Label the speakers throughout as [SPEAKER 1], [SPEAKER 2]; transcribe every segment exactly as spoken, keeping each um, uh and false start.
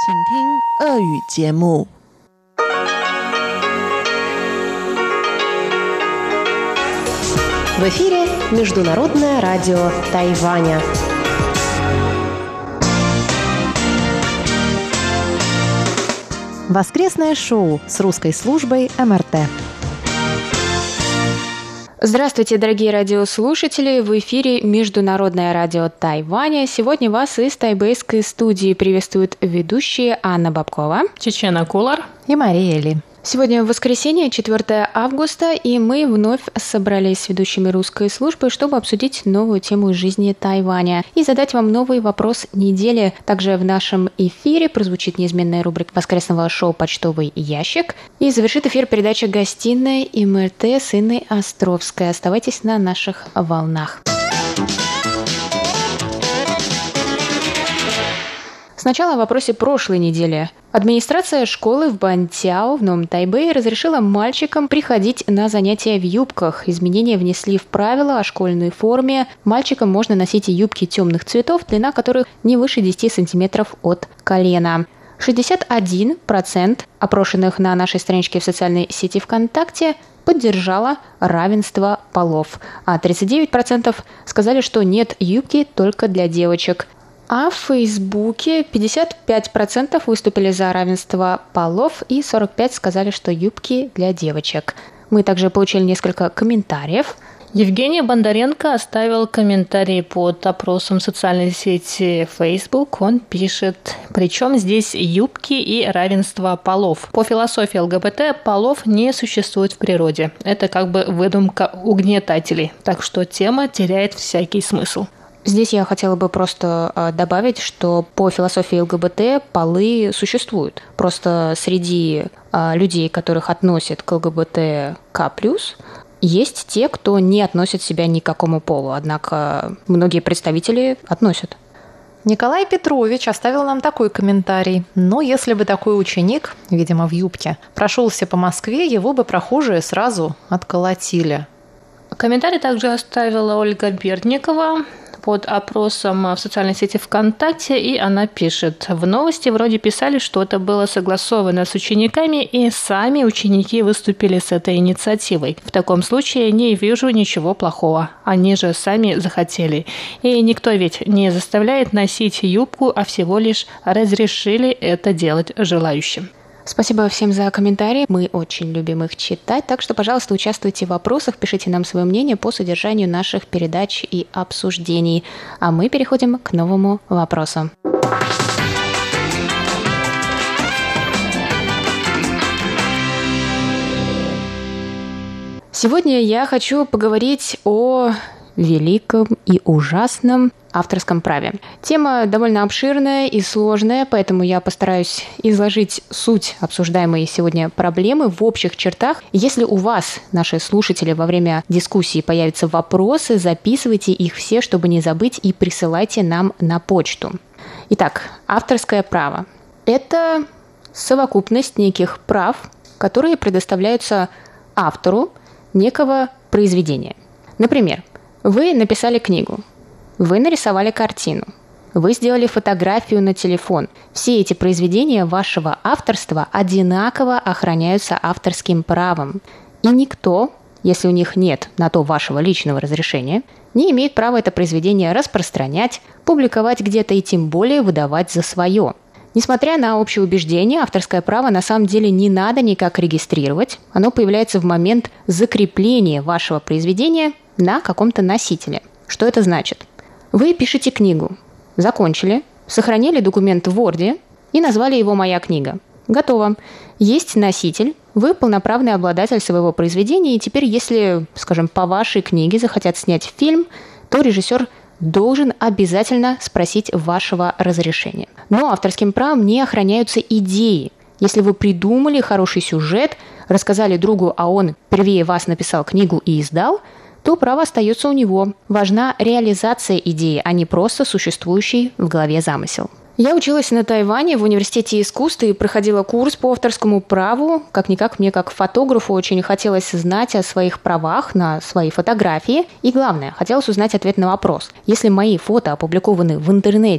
[SPEAKER 1] 请听俄语节目。
[SPEAKER 2] В эфире Международное радио Тайваня. Воскресное шоу с русской службой эм эр тэ.
[SPEAKER 3] Здравствуйте, дорогие радиослушатели! В эфире Международное радио Тайваня. Сегодня вас из тайбэйской студии приветствуют ведущие Анна Бабкова,
[SPEAKER 4] Чечена Кулар
[SPEAKER 2] и Мария Ли.
[SPEAKER 3] Сегодня воскресенье, четвёртое августа, и мы вновь собрались с ведущими русской службы, чтобы обсудить новую тему жизни Тайваня и задать вам новый вопрос недели. Также в нашем эфире прозвучит неизменная рубрика воскресного шоу «Почтовый ящик» и завершит эфир передача «Гостиная эм эр тэ» с Инной Островской. Оставайтесь на наших волнах. Сначала о вопросе прошлой недели. Администрация школы в Бантяо в Новом Тайбэе разрешила мальчикам приходить на занятия в юбках. Изменения внесли в правила о школьной форме. Мальчикам можно носить юбки темных цветов, длина которых не выше десяти сантиметров от колена. шестьдесят один процент опрошенных на нашей страничке в социальной сети ВКонтакте поддержала равенство полов, а тридцать девять процентов сказали, что нет, юбки только для девочек. А в Фейсбуке пятьдесят пять процентов выступили за равенство полов и сорок пять процентов сказали, что юбки для девочек. Мы также получили несколько комментариев.
[SPEAKER 4] Евгений Бондаренко оставил комментарий под опросом социальной сети Facebook. Он пишет: «Причем здесь юбки и равенство полов? По философии эл гэ бэ тэ полов не существует в природе. Это как бы выдумка угнетателей, так что тема теряет всякий смысл».
[SPEAKER 3] Здесь я хотела бы просто добавить, что по философии эл гэ бэ тэ полы существуют. Просто среди людей, которых относят к эл гэ бэ тэ ка плюс, есть те, кто не относит себя ни к какому полу. Однако многие представители относят.
[SPEAKER 2] Николай Петрович оставил нам такой комментарий. Но если бы такой ученик, видимо, в юбке, прошелся по Москве, его бы прохожие сразу отколотили.
[SPEAKER 4] Комментарий также оставила Ольга Бердникова под опросом в социальной сети ВКонтакте, и она пишет: в новости вроде писали, что это было согласовано с учениками, и сами ученики выступили с этой инициативой. В таком случае не вижу ничего плохого. Они же сами захотели. И никто ведь не заставляет носить юбку, а всего лишь разрешили это делать желающим.
[SPEAKER 3] Спасибо всем за комментарии. Мы очень любим их читать. Так что, пожалуйста, участвуйте в вопросах, пишите нам свое мнение по содержанию наших передач и обсуждений. А мы переходим к новому вопросу. Сегодня я хочу поговорить о великом и ужасном авторском праве. Тема довольно обширная и сложная, поэтому я постараюсь изложить суть обсуждаемой сегодня проблемы в общих чертах. Если у вас, наши слушатели, во время дискуссии появятся вопросы, записывайте их все, чтобы не забыть, и присылайте нам на почту. Итак, авторское право – это совокупность неких прав, которые предоставляются автору некого произведения. Например, вы написали книгу, вы нарисовали картину, вы сделали фотографию на телефон. Все эти произведения вашего авторства одинаково охраняются авторским правом. И никто, если у них нет на то вашего личного разрешения, не имеет права это произведение распространять, публиковать где-то и тем более выдавать за свое. Несмотря на общее убеждение, авторское право на самом деле не надо никак регистрировать. Оно появляется в момент закрепления вашего произведения на каком-то носителе. Что это значит? Вы пишете книгу, закончили, сохранили документ в Word и назвали его «Моя книга». Готово. Есть носитель, вы полноправный обладатель своего произведения, и теперь, если, скажем, по вашей книге захотят снять фильм, то режиссер должен обязательно спросить вашего разрешения. Но авторским правом не охраняются идеи. Если вы придумали хороший сюжет, рассказали другу, а он первее вас написал книгу и издал, то право остается у него. Важна реализация идеи, а не просто существующий в голове замысел. Я училась на Тайване в университете искусств и проходила курс по авторскому праву. Как-никак мне, как фотографу, очень хотелось знать о своих правах на свои фотографии. И главное, хотелось узнать ответ на вопрос. Если мои фото опубликованы в интернете,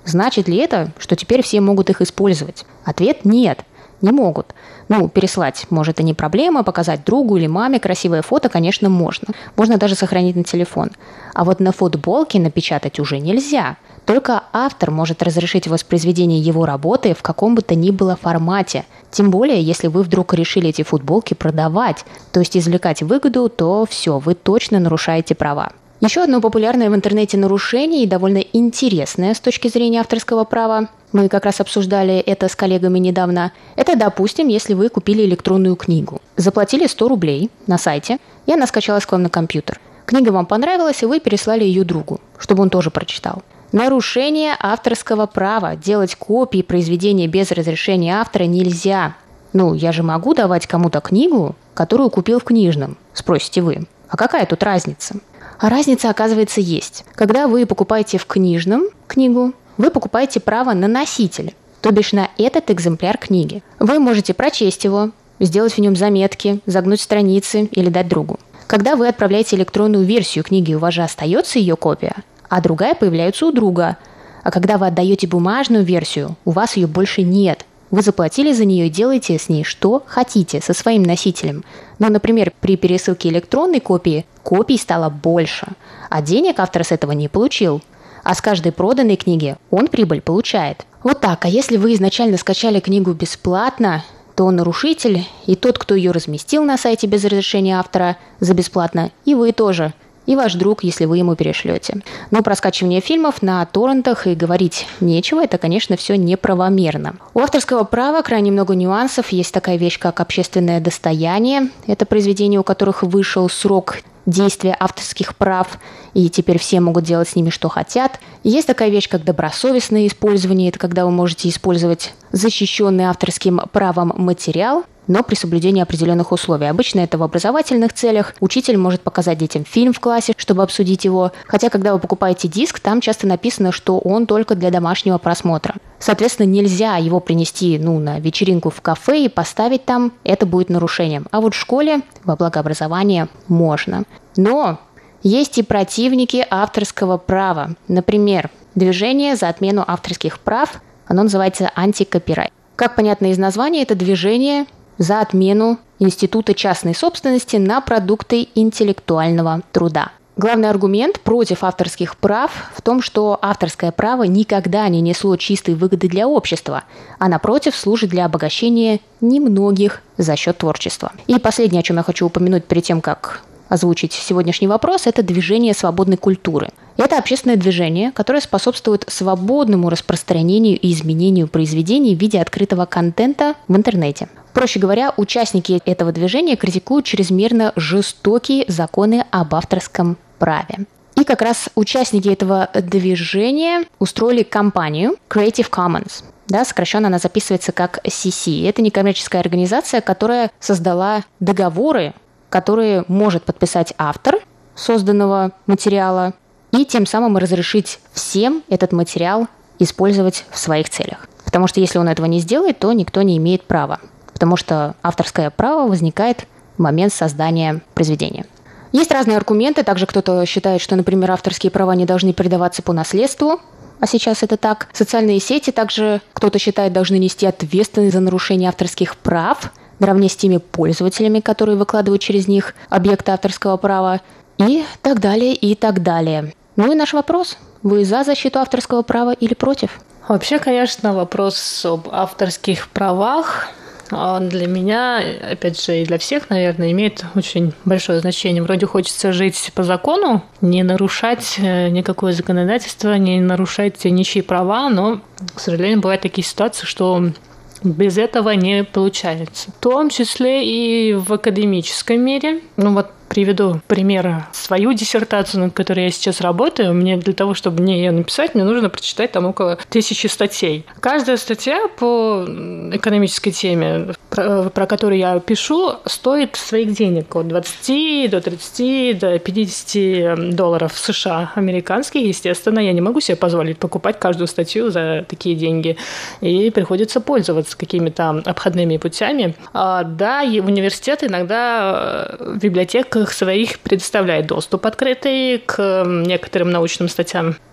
[SPEAKER 3] Значит ли это, что теперь все могут их использовать? Ответ – нет, не могут. Ну, переслать, может, и не проблема, показать другу или маме красивое фото, конечно, можно. Можно даже сохранить на телефон. А вот на футболке напечатать уже нельзя. Только автор может разрешить воспроизведение его работы в каком бы то ни было формате. Тем более, если вы вдруг решили эти футболки продавать, то есть извлекать выгоду, то все, вы точно нарушаете права. Еще одно популярное в интернете нарушение и довольно интересное с точки зрения авторского права, мы как раз обсуждали это с коллегами недавно, это, допустим, если вы купили электронную книгу, заплатили сто рублей на сайте, и она скачалась к вам на компьютер. Книга вам понравилась, и вы переслали ее другу, чтобы он тоже прочитал. Нарушение авторского права. Делать копии произведения без разрешения автора нельзя. Ну, я же могу давать кому-то книгу, которую купил в книжном, спросите вы. А какая тут разница? А разница, оказывается, есть. Когда вы покупаете в книжном книгу, вы покупаете право на носитель, то бишь на этот экземпляр книги. Вы можете прочесть его, сделать в нем заметки, загнуть страницы или дать другу. Когда вы отправляете электронную версию книги, у вас же остается ее копия, а другая появляется у друга. А когда вы отдаете бумажную версию, у вас ее больше нет. Вы заплатили за нее и делаете с ней что хотите, со своим носителем. Но, например, при пересылке электронной копии копий стало больше, а денег автор с этого не получил. А с каждой проданной книги он прибыль получает. Вот так. А если вы изначально скачали книгу бесплатно, то нарушитель и тот, кто ее разместил на сайте без разрешения автора за бесплатно, и вы тоже. И ваш друг, если вы ему перешлете. Но про скачивание фильмов на торрентах и говорить нечего, это, конечно, все неправомерно. У авторского права крайне много нюансов. Есть такая вещь, как общественное достояние. Это произведения, у которых вышел срок действия авторских прав, и теперь все могут делать с ними, что хотят. И есть такая вещь, как добросовестное использование. Это когда вы можете использовать защищенный авторским правом материал, но при соблюдении определенных условий. Обычно это в образовательных целях. Учитель может показать детям фильм в классе, чтобы обсудить его. Хотя, когда вы покупаете диск, там часто написано, что он только для домашнего просмотра. Соответственно, нельзя его принести ну, на вечеринку в кафе и поставить там. Это будет нарушением. А вот в школе, во благо образования, можно. Но есть и противники авторского права. Например, движение за отмену авторских прав. Оно называется антикопирайт. Как понятно из названия, это движение за отмену института частной собственности на продукты интеллектуального труда. Главный аргумент против авторских прав в том, что авторское право никогда не несло чистой выгоды для общества, а напротив служит для обогащения немногих за счет творчества. И последнее, о чем я хочу упомянуть перед тем, как озвучить сегодняшний вопрос, это движение свободной культуры. Это общественное движение, которое способствует свободному распространению и изменению произведений в виде открытого контента в интернете. Проще говоря, участники этого движения критикуют чрезмерно жестокие законы об авторском праве. И как раз участники этого движения устроили кампанию Creative Commons. Да, сокращенно она записывается как си си. Это некоммерческая организация, которая создала договоры, которые может подписать автор созданного материала и тем самым разрешить всем этот материал использовать в своих целях. Потому что если он этого не сделает, то никто не имеет права. Потому что авторское право возникает в момент создания произведения. Есть разные аргументы. Также кто-то считает, что, например, авторские права не должны передаваться по наследству, а сейчас это так. Социальные сети также, кто-то считает, должны нести ответственность за нарушение авторских прав, наравне с теми пользователями, которые выкладывают через них объекты авторского права, и так далее, и так далее. Ну и наш вопрос. Вы за защиту авторского права или против?
[SPEAKER 4] Вообще, конечно, вопрос об авторских правах для меня, опять же, и для всех, наверное, имеет очень большое значение. Вроде хочется жить по закону, не нарушать никакое законодательство, не нарушать ничьи права, но, к сожалению, бывают такие ситуации, что без этого не получается. В том числе и в академическом мире. Ну вот приведу пример свою диссертацию, над которой я сейчас работаю. Мне для того, чтобы мне ее написать, мне нужно прочитать там около тысячи статей. Каждая статья по экономической теме, про, про которую я пишу, стоит своих денег. От двадцати до тридцати до пятидесяти долларов США американских. Естественно, я не могу себе позволить покупать каждую статью за такие деньги. И приходится пользоваться какими-то обходными путями. А, да, и университет иногда в библиотеках своих предоставляет доступ открытый к некоторым научным статьям.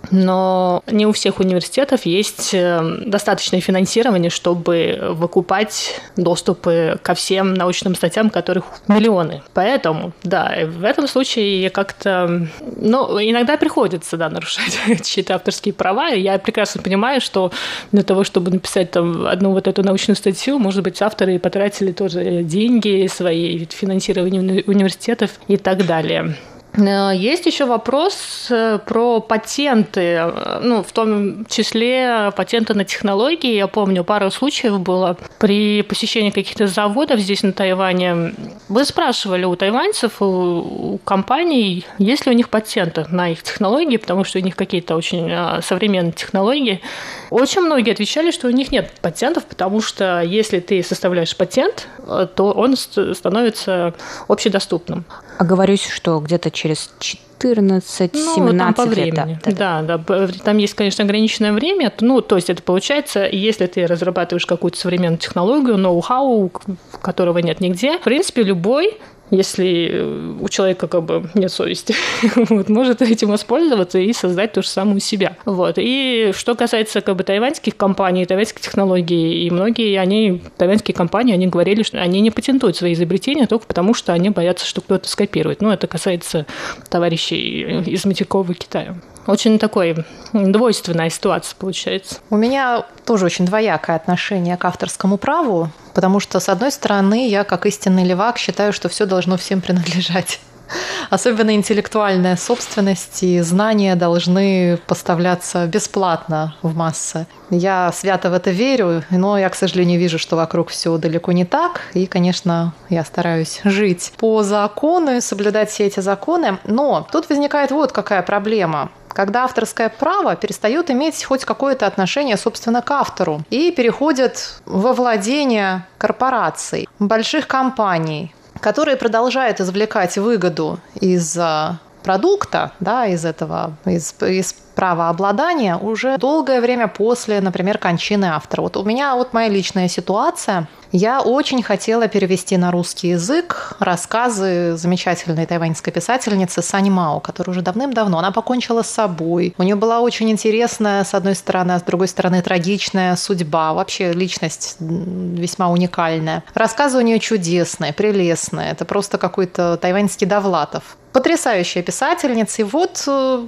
[SPEAKER 4] но не у всех университетов есть достаточное финансирование, чтобы выкупать доступы ко всем научным статьям, которых миллионы. Поэтому, да, в этом случае как-то, ну, иногда приходится, да, нарушать чьи-то авторские права, и я прекрасно понимаю, что для того, чтобы написать там одну вот эту научную статью, может быть, авторы потратили тоже деньги свои, финансирование университетов и так далее. Есть еще вопрос про патенты, ну, в том числе патенты на технологии. Я помню, пару случаев было при посещении каких-то заводов здесь на Тайване. Вы спрашивали у тайваньцев, у компаний, есть ли у них патенты на их технологии, потому что у них какие-то очень современные технологии. Очень многие отвечали, что у них нет патентов, потому что если ты составляешь патент, то он становится общедоступным.
[SPEAKER 3] Оговорюсь, что где-то через четырнадцать-семнадцать
[SPEAKER 4] ну,
[SPEAKER 3] лет.
[SPEAKER 4] Да, да, да, там есть, конечно, ограниченное время. Ну, то есть это получается, если ты разрабатываешь какую-то современную технологию, ноу-хау, которого нет нигде, в принципе, любой, если у человека как бы нет совести, вот, может этим воспользоваться и создать то же самое у себя. Вот. И что касается как бы тайваньских компаний, тайваньских технологий, и многие они, тайваньские компании, они говорили, что они не патентуют свои изобретения только потому, что они боятся, что кто-то скопирует. Ну, это касается товарищей из материкового Китая. Очень такой двойственная ситуация получается.
[SPEAKER 2] У меня тоже очень двоякое отношение к авторскому праву, потому что, с одной стороны, я, как истинный левак, считаю, что все должно всем принадлежать. Особенно интеллектуальная собственность и знания должны поставляться бесплатно в массы. Я свято в это верю, но я, к сожалению, вижу, что вокруг все далеко не так. И, конечно, я стараюсь жить по закону и соблюдать все эти законы. Но тут возникает вот какая проблема. Когда авторское право перестает иметь хоть какое-то отношение, собственно, к автору и переходит во владение корпораций, больших компаний, которые продолжают извлекать выгоду из продукта, да, из этого, из, из правообладания уже долгое время после, например, кончины автора. Вот у меня вот моя личная ситуация. Я очень хотела перевести на русский язык рассказы замечательной тайваньской писательницы Сань Мао, которая уже давным-давно, она покончила с собой. У нее была очень интересная, с одной стороны, а с другой стороны, трагичная судьба. Вообще личность весьма уникальная. Рассказы у нее чудесные, прелестные. Это просто какой-то тайваньский Довлатов. Потрясающая писательница. И вот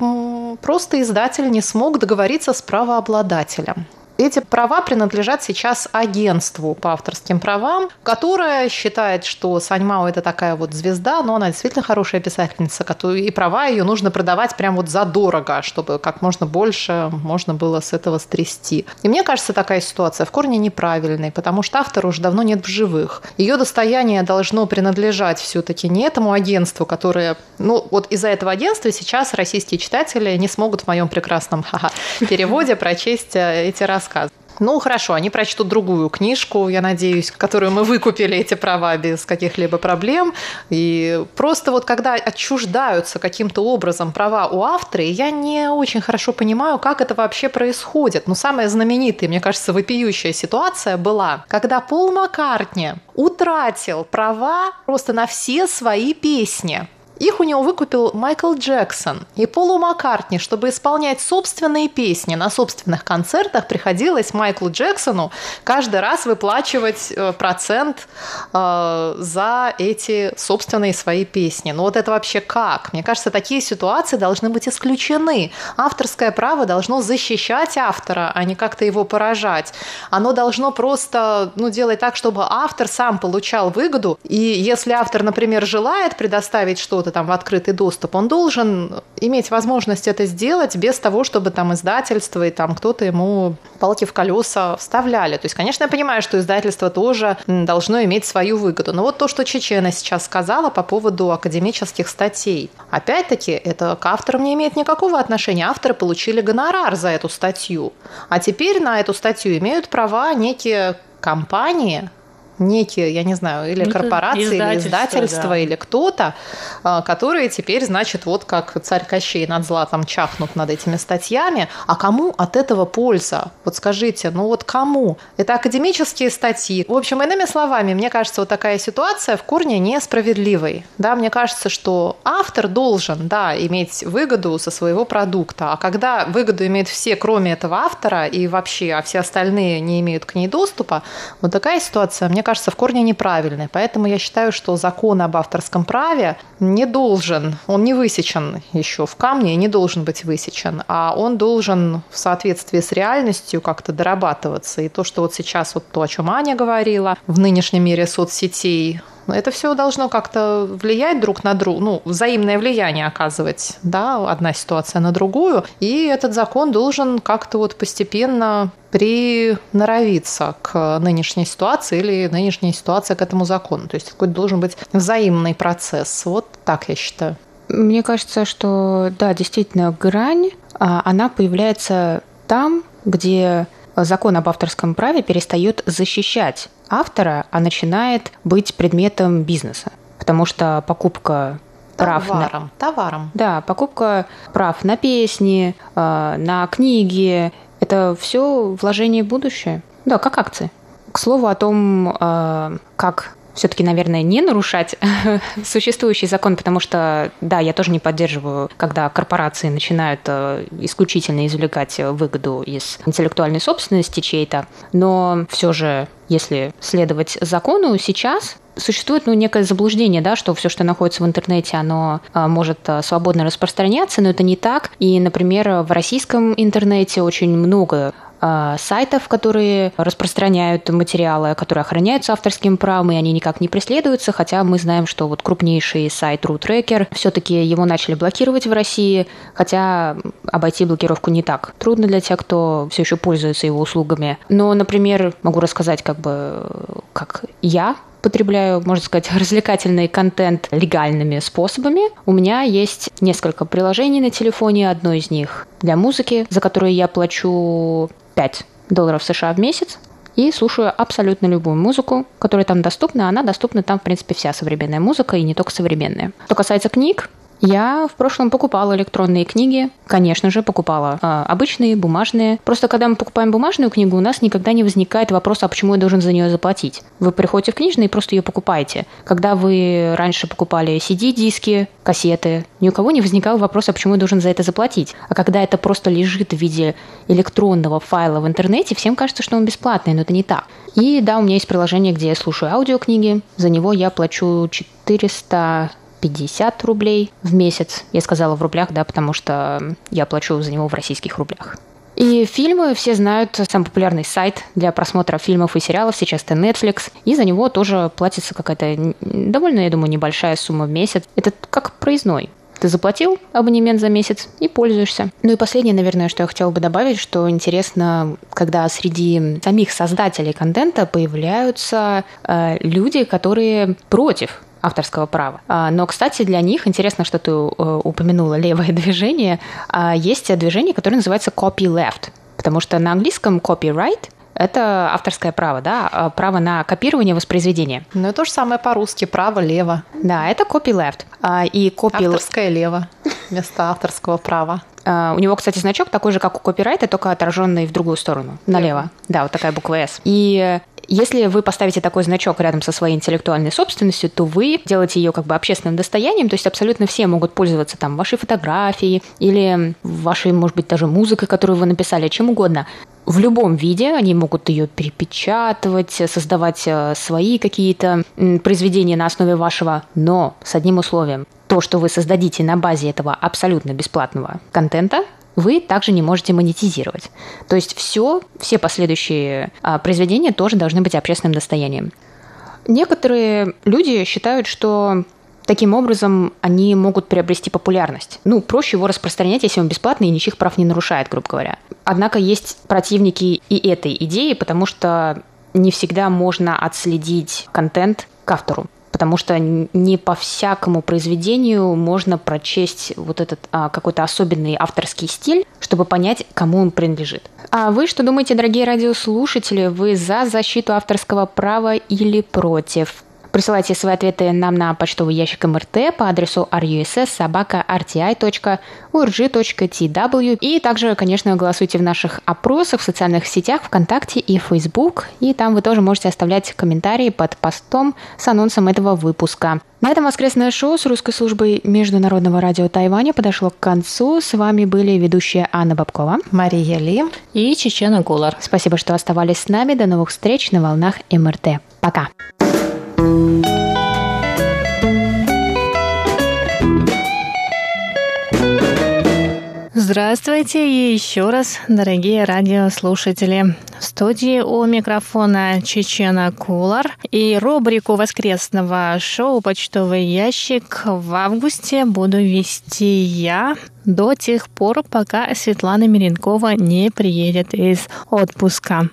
[SPEAKER 2] просто издатель не смог договориться с правообладателем. Эти права принадлежат сейчас агентству по авторским правам, которое считает, что Сань Мао – это такая вот звезда, но она действительно хорошая писательница, и права ее нужно продавать прям вот задорого, чтобы как можно больше можно было с этого стрясти. И мне кажется, такая ситуация в корне неправильной, потому что автора уже давно нет в живых. Ее достояние должно принадлежать все-таки не этому агентству, которое… Ну, вот из-за этого агентства сейчас российские читатели не смогут в моем прекрасном ха-ха, переводе прочесть эти рассказы. Ну, хорошо, они прочтут другую книжку, я надеюсь, которую мы выкупили эти права без каких-либо проблем. И просто вот когда отчуждаются каким-то образом права у автора, я не очень хорошо понимаю, как это вообще происходит. Но самая знаменитая, мне кажется, вопиющая ситуация была, когда Пол Маккартни утратил права просто на все свои песни. Их у него выкупил Майкл Джексон. И Полу Маккартни, чтобы исполнять собственные песни на собственных концертах, приходилось Майклу Джексону каждый раз выплачивать процент э, за эти собственные свои песни. Ну вот это вообще как? Мне кажется, такие ситуации должны быть исключены. Авторское право должно защищать автора, а не как-то его поражать. Оно должно просто ну, делать так, чтобы автор сам получал выгоду. И если автор, например, желает предоставить что-то там в открытый доступ, он должен иметь возможность это сделать без того, чтобы там издательство и там кто-то ему палки в колеса вставляли. То есть, конечно, я понимаю, что издательство тоже должно иметь свою выгоду. Но вот то, что Чечена сейчас сказала по поводу академических статей. Опять-таки, это к авторам не имеет никакого отношения. Авторы получили гонорар за эту статью. А теперь на эту статью имеют права некие компании, некие, я не знаю, или корпорации, или издательства, да. или кто-то, которые теперь, значит, вот как царь Кощей над златом чахнут над этими статьями. А кому от этого польза? Вот скажите, ну вот кому? Это академические статьи. В общем, иными словами, мне кажется, вот такая ситуация в корне несправедливой. Да, мне кажется, что автор должен, да, иметь выгоду со своего продукта. А когда выгоду имеют все, кроме этого автора, и вообще, а все остальные не имеют к ней доступа, вот такая ситуация, мне кажется, в корне неправильная. Поэтому я считаю, что закон об авторском праве не должен, он не высечен еще в камне и не должен быть высечен, а он должен в соответствии с реальностью как-то дорабатываться. И то, что вот сейчас, вот то, о чем Аня говорила, в нынешнем мире соцсетей, это все должно как-то влиять друг на друга, ну, взаимное влияние оказывать, да, одна ситуация на другую, и этот закон должен как-то вот постепенно приноровиться к нынешней ситуации или нынешняя ситуация к этому закону. То есть какой-то должен быть взаимный процесс. Вот так я считаю.
[SPEAKER 3] Мне кажется, что, да, действительно, грань, она появляется там, где закон об авторском праве перестает защищать автора, а начинает быть предметом бизнеса. Потому что покупка прав
[SPEAKER 2] товаром,
[SPEAKER 3] на...
[SPEAKER 2] товаром.
[SPEAKER 3] Да, покупка прав на песни, на книги – это все вложение в будущее. Да, как акции. К слову о том, как все-таки, наверное, не нарушать существующий закон, потому что, да, я тоже не поддерживаю, когда корпорации начинают исключительно извлекать выгоду из интеллектуальной собственности чьей-то, но все же, если следовать закону, сейчас существует, ну, некое заблуждение, да, что все, что находится в интернете, оно а, может а, свободно распространяться, но это не так. И, например, в российском интернете очень много а, сайтов, которые распространяют материалы, которые охраняются авторским правом, и они никак не преследуются, хотя мы знаем, что вот крупнейший сайт RuTracker, все-таки его начали блокировать в России, хотя обойти блокировку не так трудно для тех, кто все еще пользуется его услугами. Но, например, могу рассказать, как бы, как я потребляю, можно сказать, развлекательный контент легальными способами. У меня есть несколько приложений на телефоне. Одно из них для музыки, за которое я плачу пять долларов США в месяц. И слушаю абсолютно любую музыку, которая там доступна. Она доступна там, в принципе, вся современная музыка, и не только современная. Что касается книг, я в прошлом покупала электронные книги. Конечно же, покупала э, обычные, бумажные. Просто когда мы покупаем бумажную книгу, у нас никогда не возникает вопроса, а почему я должен за нее заплатить. Вы приходите в книжный и просто ее покупаете. Когда вы раньше покупали си ди-диски, кассеты, ни у кого не возникал вопрос, а почему я должен за это заплатить. А когда это просто лежит в виде электронного файла в интернете, всем кажется, что он бесплатный, но это не так. И да, у меня есть приложение, где я слушаю аудиокниги. За него я плачу четыреста пятьдесят рублей в месяц. Я сказала в рублях, да, потому что я плачу за него в российских рублях. И фильмы все знают, самый популярный сайт для просмотра фильмов и сериалов сейчас это Netflix, и за него тоже платится какая-то довольно, я думаю, небольшая сумма в месяц. Это как проездной. Ты заплатил абонемент за месяц и пользуешься. Ну и последнее, наверное, что я хотела бы добавить, что интересно, когда среди самих создателей контента появляются э, люди, которые против авторского права. Но, кстати, для них, интересно, что ты упомянула левое движение, есть движение, которое называется copyleft, потому что на английском copyright – это авторское право, да, право на копирование воспроизведения.
[SPEAKER 2] Ну, это то же самое по-русски, право-лево.
[SPEAKER 3] Да, это copyleft. И copy...
[SPEAKER 2] Авторское лево вместо авторского права.
[SPEAKER 3] У него, кстати, значок такой же, как у копирайта, только отраженный в другую сторону, налево. Да, вот такая буква «С». И если вы поставите такой значок рядом со своей интеллектуальной собственностью, то вы делаете ее как бы общественным достоянием, то есть абсолютно все могут пользоваться там вашей фотографией или вашей, может быть, даже музыкой, которую вы написали, чем угодно. В любом виде они могут ее перепечатывать, создавать свои какие-то произведения на основе вашего, но с одним условием. То, что вы создадите на базе этого абсолютно бесплатного контента, вы также не можете монетизировать. То есть все, все последующие а, произведения тоже должны быть общественным достоянием. Некоторые люди считают, что таким образом они могут приобрести популярность. Ну, проще его распространять, если он бесплатный и ничьих прав не нарушает, грубо говоря. Однако есть противники и этой идеи, потому что не всегда можно отследить контент к автору. потому что не по всякому произведению можно прочесть вот этот а, какой-то особенный авторский стиль, чтобы понять, кому он принадлежит. А вы что думаете, дорогие радиослушатели? Вы за защиту авторского права или против? Присылайте свои ответы нам на почтовый ящик эм эр тэ по адресу ар ю эс эс собака эр ти ай точка о эр джи точка ти дабл ю. И также, конечно, голосуйте в наших опросах в социальных сетях ВКонтакте и Facebook. И там вы тоже можете оставлять комментарии под постом с анонсом этого выпуска. На этом воскресное шоу с русской службой Международного радио Тайваня подошло к концу. С вами были ведущая Анна Бабкова,
[SPEAKER 2] Мария Ли
[SPEAKER 4] и Чечена Кулар.
[SPEAKER 3] Спасибо, что оставались с нами. До новых встреч на волнах эм эр тэ. Пока!
[SPEAKER 4] Здравствуйте и еще раз, дорогие радиослушатели. В студии у микрофона Чечена Кулар, и рубрику воскресного шоу «Почтовый ящик» в августе буду вести я до тех пор, пока Светлана Миренкова не приедет из отпуска.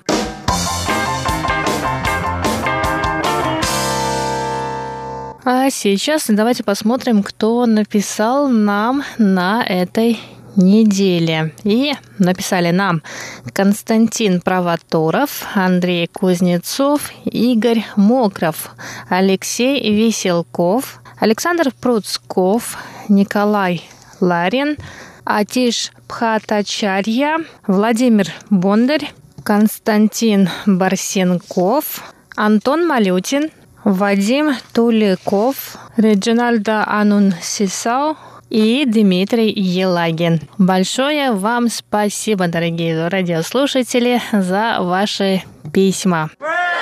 [SPEAKER 4] А сейчас давайте посмотрим, кто написал нам на этой неделе. И написали нам Константин Провоторов, Андрей Кузнецов, Игорь Мокров, Алексей Веселков, Александр Пруцков, Николай Ларин, Атиш Пхатачарья, Владимир Бондарь, Константин Барсенков, Антон Малютин, Вадим Туликов, Реджинальдо Анунсисау и Дмитрий Елагин. Большое вам спасибо, дорогие радиослушатели, за ваши письма.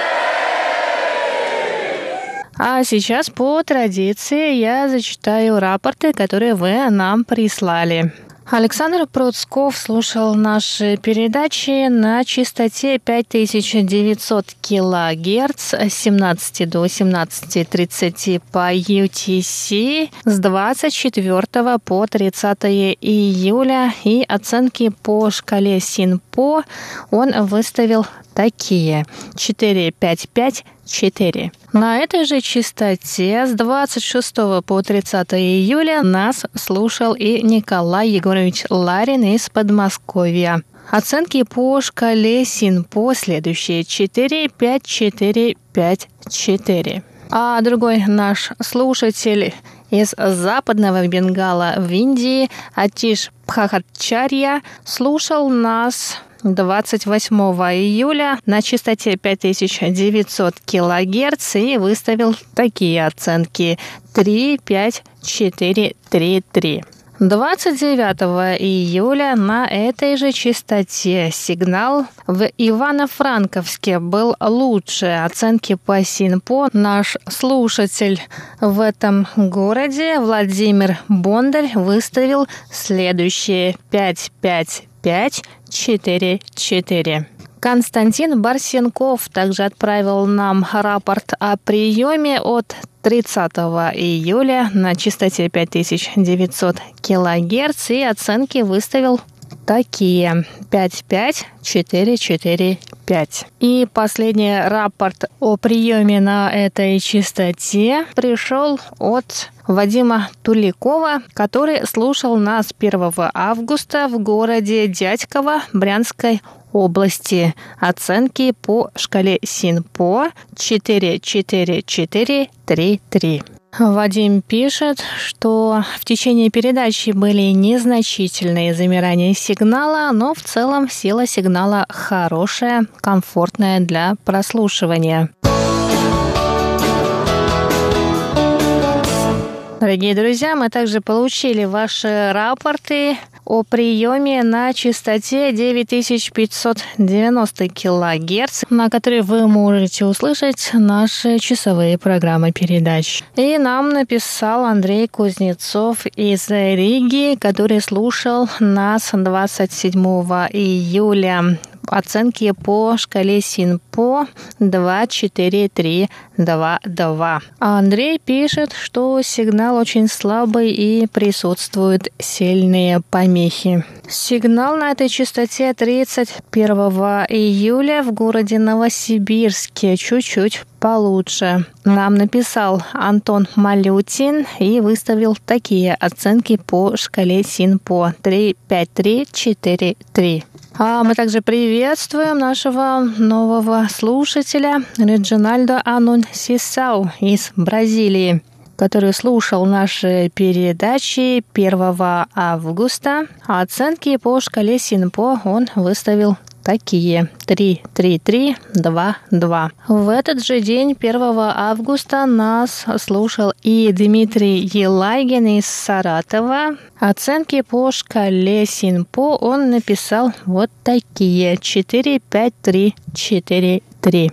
[SPEAKER 4] А сейчас по традиции я зачитаю рапорты, которые вы нам прислали. Александр Пруцков слушал наши передачи на частоте пять тысяч девятьсот килогерц с семнадцати до восемнадцати тридцати по ю ти си с двадцать четвёртого по тридцатое июля, и оценки по шкале Синпо он выставил такие: четыре, пять, пять, четыре. На этой же частоте с двадцать шестого по тридцатое июля нас слушал и Николай Егорович Ларин из Подмосковья. Оценки по шкале Синпо следующие: четыре, пять, четыре, пять, четыре. А другой наш слушатель из Западного Бенгала в Индии, Атиш Пхатачарья, слушал нас двадцать восьмого июля на частоте пять тысяч девятьсот килогерц и выставил такие оценки: три, пять, четыре, три, три. двадцать девятого июля на этой же частоте сигнал в Ивано-Франковске был лучше. Оценки по Синпо наш слушатель в этом городе Владимир Бондарь выставил следующие: пять, пять, пять, четыре, четыре. Константин Барсенков также отправил нам рапорт о приеме от тридцатого июля на частоте пять тысяч девятьсот килогерц и оценки выставил такие: пять, пять, четыре, четыре, пять. И последний рапорт о приеме на этой частоте пришел от Вадима Туликова, который слушал нас первого августа в городе Дядьково Брянской области. Оценки по шкале Синпо четыре, четыре, четыре, три, три. Вадим пишет, что в течение передачи были незначительные замирания сигнала, но в целом сила сигнала хорошая, комфортная для прослушивания. Дорогие друзья, мы также получили ваши рапорты о приеме на частоте девять тысяч пятьсот девяносто килогерц, на которой вы можете услышать наши часовые программы передач. И нам написал Андрей Кузнецов из Риги, который слушал нас двадцать седьмого июля оценки по шкале СИНПО два, четыре, три, два, два. А Андрей пишет, что сигнал очень слабый и присутствуют сильные помехи. Сигнал на этой частоте тридцать первого июля в городе Новосибирске чуть-чуть получше. Нам написал Антон Малютин и выставил такие оценки по шкале СИНПО три, пять, три, четыре, три. А мы также приветствуем нашего нового слушателя Реджинальдо Анунсисау из Бразилии, который слушал наши передачи первого августа. А оценки по шкале СИНПО он выставил такие: три, три, три, два, два. В этот же день, первого августа, нас слушал и Дмитрий Елагин из Саратова. Оценки по шкале СИНПО он написал вот такие: четыре, пять, три, четыре, три.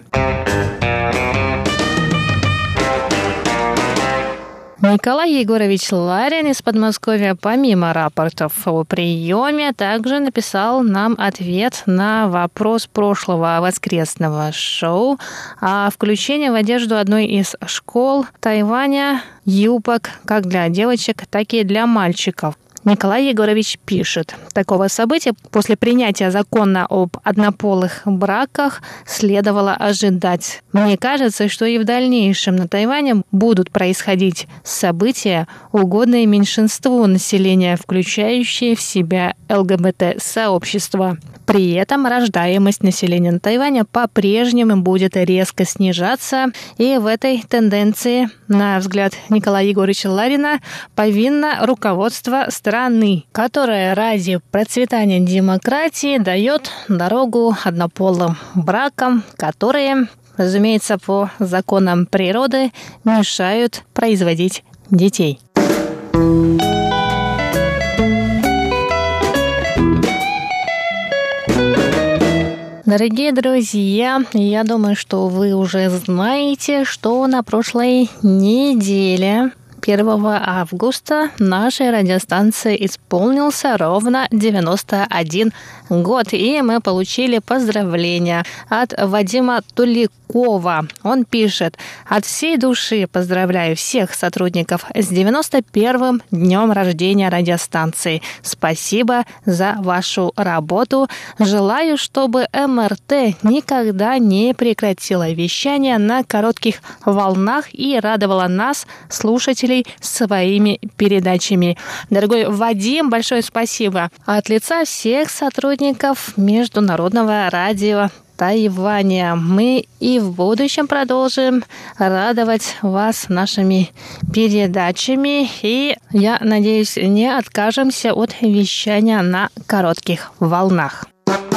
[SPEAKER 4] Николай Егорович Ларин из Подмосковья, помимо рапортов о приеме, также написал нам ответ на вопрос прошлого воскресного шоу о включении в одежду одной из школ Тайваня юбок как для девочек, так и для мальчиков. Николай Егорович пишет: такого события после принятия закона об однополых браках следовало ожидать. Мне кажется, что и в дальнейшем на Тайване будут происходить события, угодные меньшинству населения, включающие в себя ЛГБТ-сообщество. При этом рождаемость населения на Тайване по-прежнему будет резко снижаться, и в этой тенденции, на взгляд Николая Егоровича Ларина, повинно руководство страны, которое ради процветания демократии дает дорогу однополым бракам, которые, разумеется, по законам природы мешают производить детей. Дорогие друзья, я думаю, что вы уже знаете, что на прошлой неделе, первого августа, нашей радиостанции исполнился ровно девяносто один год, и мы получили поздравления от Вадима Туликова. Он пишет: от всей души поздравляю всех сотрудников с девяносто первым днем рождения радиостанции. Спасибо за вашу работу. Желаю, чтобы эм эр тэ никогда не прекратила вещание на коротких волнах и радовала нас, слушателей, своими передачами. Дорогой Вадим, большое спасибо. От лица всех сотрудников Международного радио Тайваня мы и в будущем продолжим радовать вас нашими передачами, и, я надеюсь, не откажемся от вещания на коротких волнах.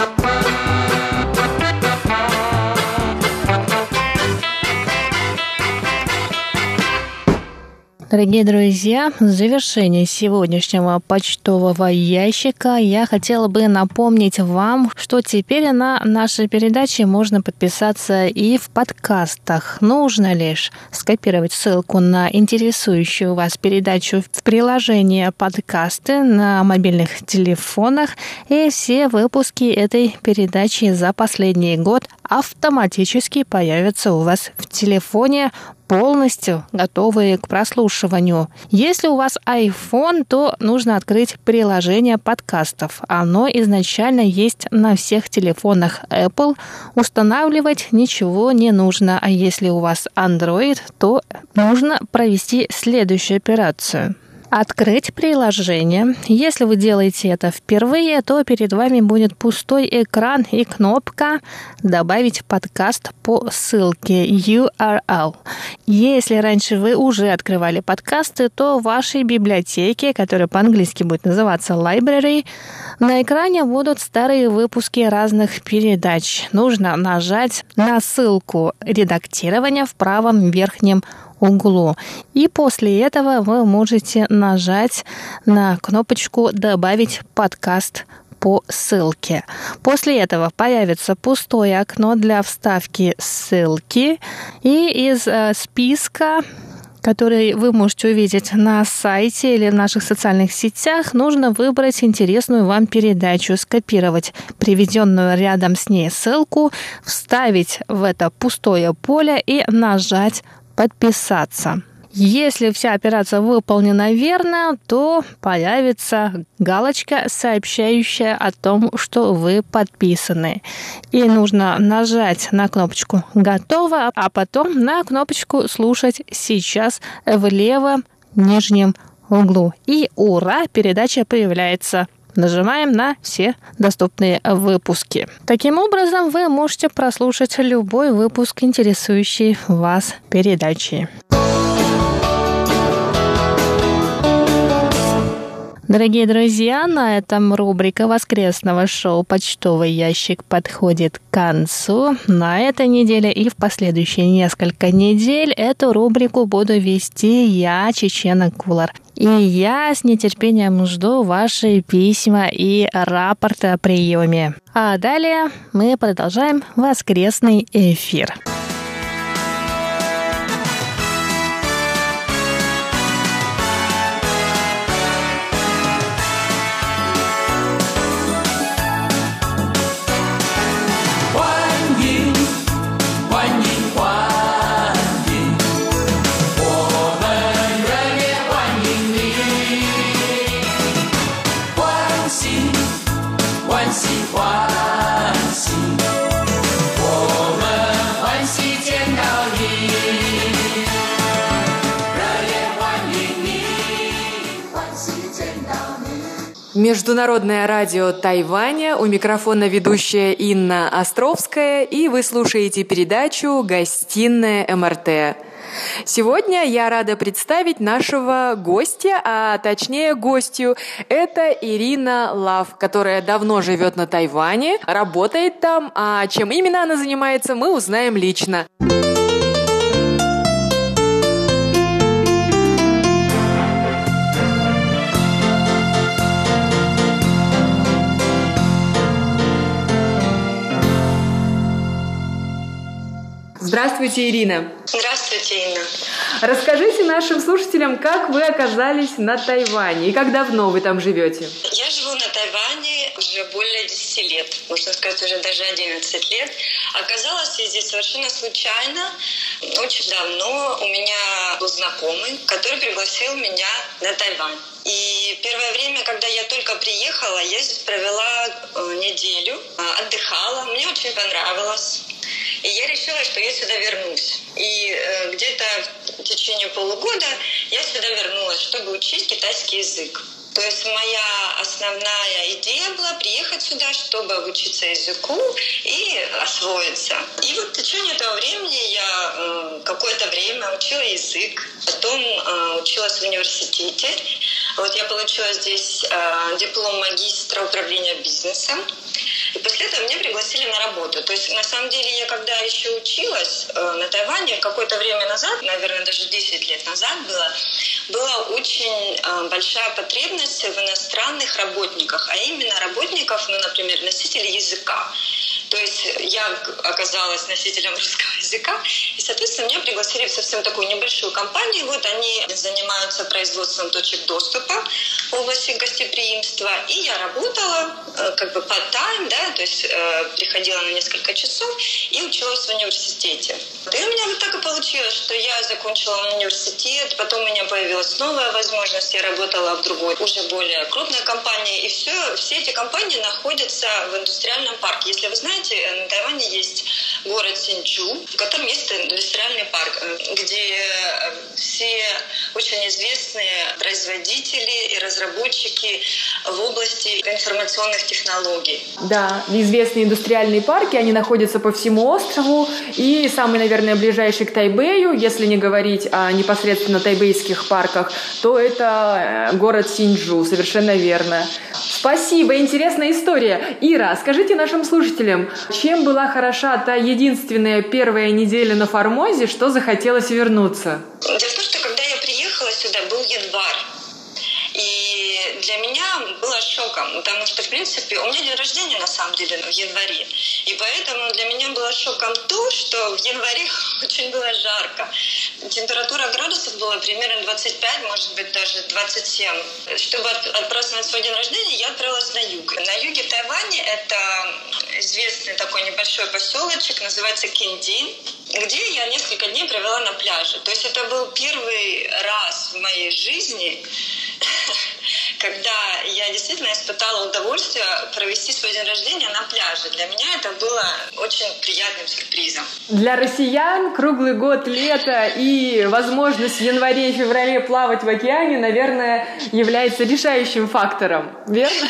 [SPEAKER 4] Дорогие друзья, в завершении сегодняшнего почтового ящика я хотела бы напомнить вам, что теперь на наши передачи можно подписаться и в подкастах. Нужно лишь скопировать ссылку на интересующую вас передачу в приложение подкасты на мобильных телефонах, и все выпуски этой передачи за последний год автоматически появятся у вас в телефоне, полностью готовые к прослушиванию. Если у вас iPhone, то нужно открыть приложение подкастов. Оно изначально есть на всех телефонах Apple. Устанавливать ничего не нужно. А если у вас Android, то нужно провести следующую операцию. Открыть приложение. Если вы делаете это впервые, то перед вами будет пустой экран и кнопка «Добавить подкаст по ссылке» ю ар эл. Если раньше вы уже открывали подкасты, то в вашей библиотеке, которая по-английски будет называться library, на экране будут старые выпуски разных передач. Нужно нажать на ссылку редактирования в правом верхнем углу. И после этого вы можете нажать на кнопочку «Добавить подкаст по ссылке». После этого появится пустое окно для вставки ссылки, и из э, списка, который вы можете увидеть на сайте или в наших социальных сетях, нужно выбрать интересную вам передачу, скопировать приведенную рядом с ней ссылку, вставить в это пустое поле и нажать «Подписаться». Если вся операция выполнена верно, то появится галочка, сообщающая о том, что вы подписаны. И нужно нажать на кнопочку «Готово», а потом на кнопочку «Слушать сейчас» в левом нижнем углу. И ура, передача появляется. Нажимаем на все доступные выпуски. Таким образом, вы можете прослушать любой выпуск интересующей вас передачи. Дорогие друзья, на этом рубрика воскресного шоу «Почтовый ящик» подходит к концу. На этой неделе и в последующие несколько недель эту рубрику буду вести я, Чечена Кулар. И я с нетерпением жду ваши письма и рапорты о приеме. А далее мы продолжаем воскресный эфир.
[SPEAKER 5] Международное радио Тайваня, у микрофона ведущая Инна Островская, и вы слушаете передачу «Гостиная эм эр тэ». Сегодня я рада представить нашего гостя, а точнее гостью. Это Ирина Лав, которая давно живет на Тайване, работает там, а чем именно она занимается, мы узнаем лично. Здравствуйте, Ирина.
[SPEAKER 6] Здравствуйте, Инна.
[SPEAKER 5] Расскажите нашим слушателям, как вы оказались на Тайване и как давно вы там живете?
[SPEAKER 6] Я живу на Тайване уже более десяти лет, можно сказать, уже даже одиннадцать лет. Оказалась я здесь совершенно случайно. Очень давно у меня был знакомый, который пригласил меня на Тайвань. И первое время, когда я только приехала, я здесь провела неделю, отдыхала, мне очень понравилось. И я решила, что я сюда вернусь. И э, где-то в течение полугода я сюда вернулась, чтобы учить китайский язык. То есть моя основная идея была приехать сюда, чтобы обучиться языку и освоиться. И вот в течение этого времени я э, какое-то время учила язык, потом э, училась в университете. Вот я получила здесь э, диплом магистра управления бизнесом. И после этого меня пригласили на работу. То есть, на самом деле, я когда еще училась э, на Тайване, какое-то время назад, наверное, даже десять лет назад было, была очень э, большая потребность в иностранных работниках, а именно работников, ну, например, носителей языка. То есть я оказалась носителем русского языка, и, соответственно, меня пригласили в совсем такую небольшую компанию. Вот они занимаются производством точек доступа в области гостеприимства. И я работала как бы part-time, да, то есть э, приходила на несколько часов и училась в университете. И у меня вот так и получилось, что я закончила университет, потом у меня появилась новая возможность, я работала в другой, уже более крупной компании, и все, все эти компании находятся в индустриальном парке. Если вы знаете, на Тайване есть город Синьчжу, в котором есть индустриальный парк, где все очень известные производители и разработчики в области информационных технологий.
[SPEAKER 5] Да, известные индустриальные парки, они находятся по всему острову, и самый, наверное, ближайший к Тайбэю, если не говорить о непосредственно тайбэйских парках, то это город Синьчжу, совершенно верно. Спасибо, интересная история. Ира, скажите нашим слушателям, чем была хороша та единственная первая неделя на Формозе, что захотелось вернуться?
[SPEAKER 6] Дело в том, что когда я приехала сюда, был январь. И для меня было шоком, потому что, в принципе, у меня день рождения, на самом деле, в январе. И поэтому для меня было шоком то, что в январе очень было жарко. температура градусов была примерно двадцать пять, может быть, даже двадцать семь. Чтобы отпраздновать свой день рождения, я отправилась на юг. На юге Тайваня это известный такой небольшой поселочек, называется Киндин, где я несколько дней провела на пляже. То есть это был первый раз в моей жизни, когда я действительно испытала удовольствие провести свой день рождения на пляже. Для меня это было очень приятным сюрпризом.
[SPEAKER 5] Для россиян круглый год лето и возможность в январе и феврале плавать в океане, наверное, является решающим фактором, верно?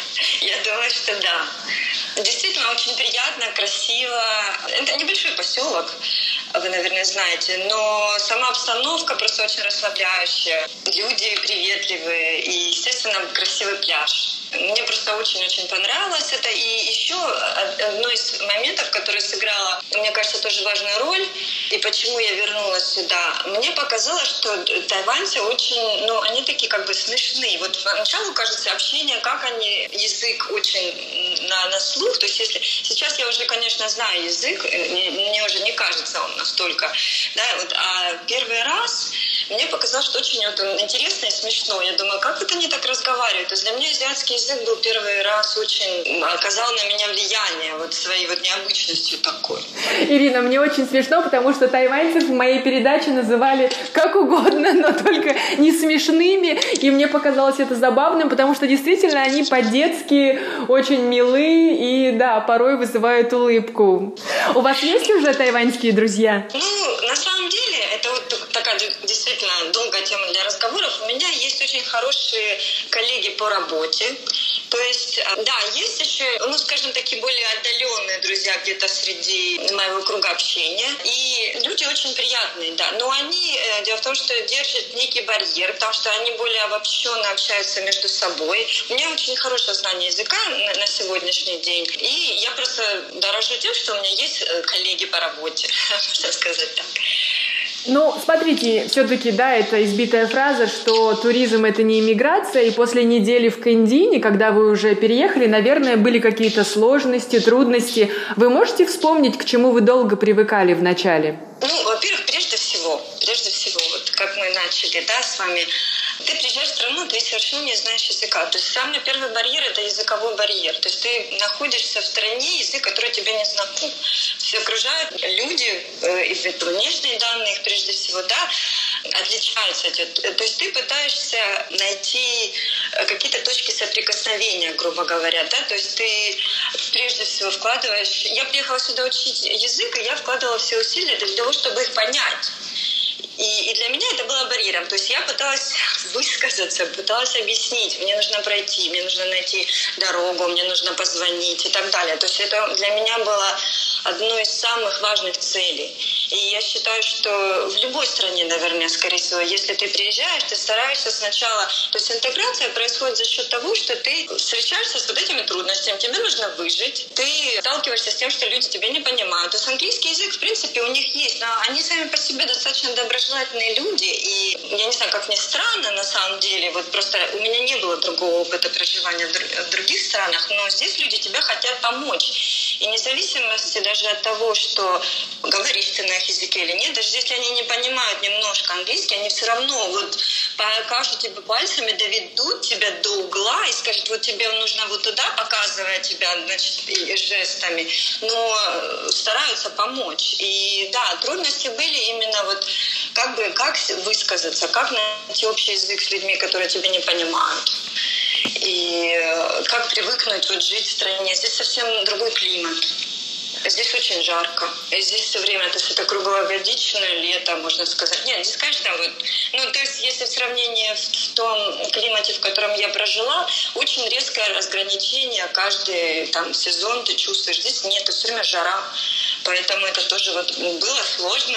[SPEAKER 6] Я думаю, что да. Действительно очень приятно, красиво. Это небольшой поселок, вы, наверное, знаете, но сама обстановка просто очень расслабляющая. Люди приветливые и, естественно, красивый пляж. Мне просто очень-очень понравилось это. И еще одно из моментов, которое сыграло, мне кажется, тоже важную роль, и почему я вернулась сюда. Мне показалось, что тайваньцы очень, ну, они такие как бы смешные. Вот поначалу кажется общение, как они, язык очень на, на слух. То есть если сейчас я уже, конечно, знаю язык, мне, мне уже не кажется он настолько, да, вот, а первый раз мне показалось, что очень вот, интересно и смешно. Я думаю, как вот они так разговаривают? То есть для меня азиатский язык был первый раз очень, оказал на меня влияние вот своей вот необычностью такой.
[SPEAKER 5] Ирина, мне очень смешно, потому что тайваньцев в моей передаче называли как угодно, но только не смешными, и мне показалось это забавным, потому что действительно они по-детски очень милы и, да, порой вызывают улыбку. У вас есть уже тайваньские друзья?
[SPEAKER 6] Ну, на самом деле, это вот такая действительно долгая тема для разговоров. У меня есть очень хорошие коллеги по работе. То есть, да, есть еще, ну, скажем, такие более отдаленные друзья где-то среди моего круга общения. И люди очень приятные, да. Но они, дело в том, что держат некий барьер, потому что они более обобщенно общаются между собой. У меня очень хорошее знание языка на, на сегодняшний день. И я просто дорожу тем, что у меня есть коллеги по работе, можно сказать так.
[SPEAKER 5] Ну, смотрите, все-таки, да, это избитая фраза, что туризм – это не иммиграция, и после недели в Киндине, когда вы уже переехали, наверное, были какие-то сложности, трудности. Вы можете вспомнить, к чему вы долго привыкали в начале?
[SPEAKER 6] Ну, во-первых, прежде всего, прежде всего, вот как мы начали, да, с вами, ты приезжаешь в страну, ты совершенно не знаешь языка. То есть самый первый барьер – это языковой барьер. То есть ты находишься в стране, язык, который тебе не знаком. Все окружают люди, э, и внешние данные, их прежде всего, да, отличаются. То есть ты пытаешься найти какие-то точки соприкосновения, грубо говоря, да, то есть ты прежде всего вкладываешь... Я приехала сюда учить язык, и я вкладывала все усилия для того, чтобы их понять. И, и для меня это было барьером. То есть я пыталась высказаться, пыталась объяснить. Мне нужно пройти, мне нужно найти дорогу, мне нужно позвонить и так далее. То есть это для меня было одной из самых важных целей. И я считаю, что в любой стране, наверное, скорее всего, если ты приезжаешь, ты стараешься сначала... То есть интеграция происходит за счет того, что ты встречаешься с вот этими трудностями, тебе нужно выжить, ты сталкиваешься с тем, что люди тебя не понимают. То есть английский язык, в принципе, у них есть, но они сами по себе достаточно доброжелательные люди. И я не знаю, как ни странно, на самом деле, вот просто у меня не было другого опыта проживания в других странах, но здесь люди тебе хотят помочь. И вне зависимости даже от того, что говоришь ты на их языке или нет, даже если они не понимают немножко английский, они все равно вот покажут тебе пальцами, доведут тебя до угла и скажут, вот тебе нужно вот туда, показывая тебя, значит, жестами, но стараются помочь. И да, трудности были именно вот как бы как высказаться, как найти общий язык с людьми, которые тебя не понимают. И как привыкнуть вот жить в стране. Здесь совсем другой климат. Здесь очень жарко. И здесь все время, то есть это круглогодичное лето, можно сказать. Нет, здесь, конечно, вот, ну, то есть если в сравнении в том климате, в котором я прожила, очень резкое разграничение. Каждый там сезон ты чувствуешь. Здесь нет, то есть все время жара. Поэтому это тоже вот было сложно.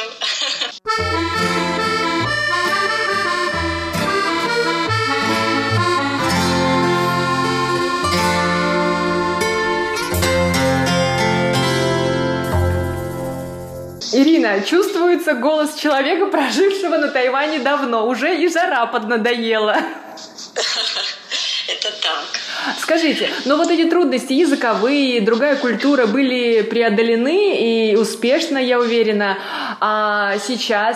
[SPEAKER 5] Ирина, чувствуется голос человека, прожившего на Тайване давно. Уже и жара поднадоела.
[SPEAKER 6] Это так.
[SPEAKER 5] Скажите, но вот эти трудности языковые, другая культура были преодолены и успешно, я уверена. А сейчас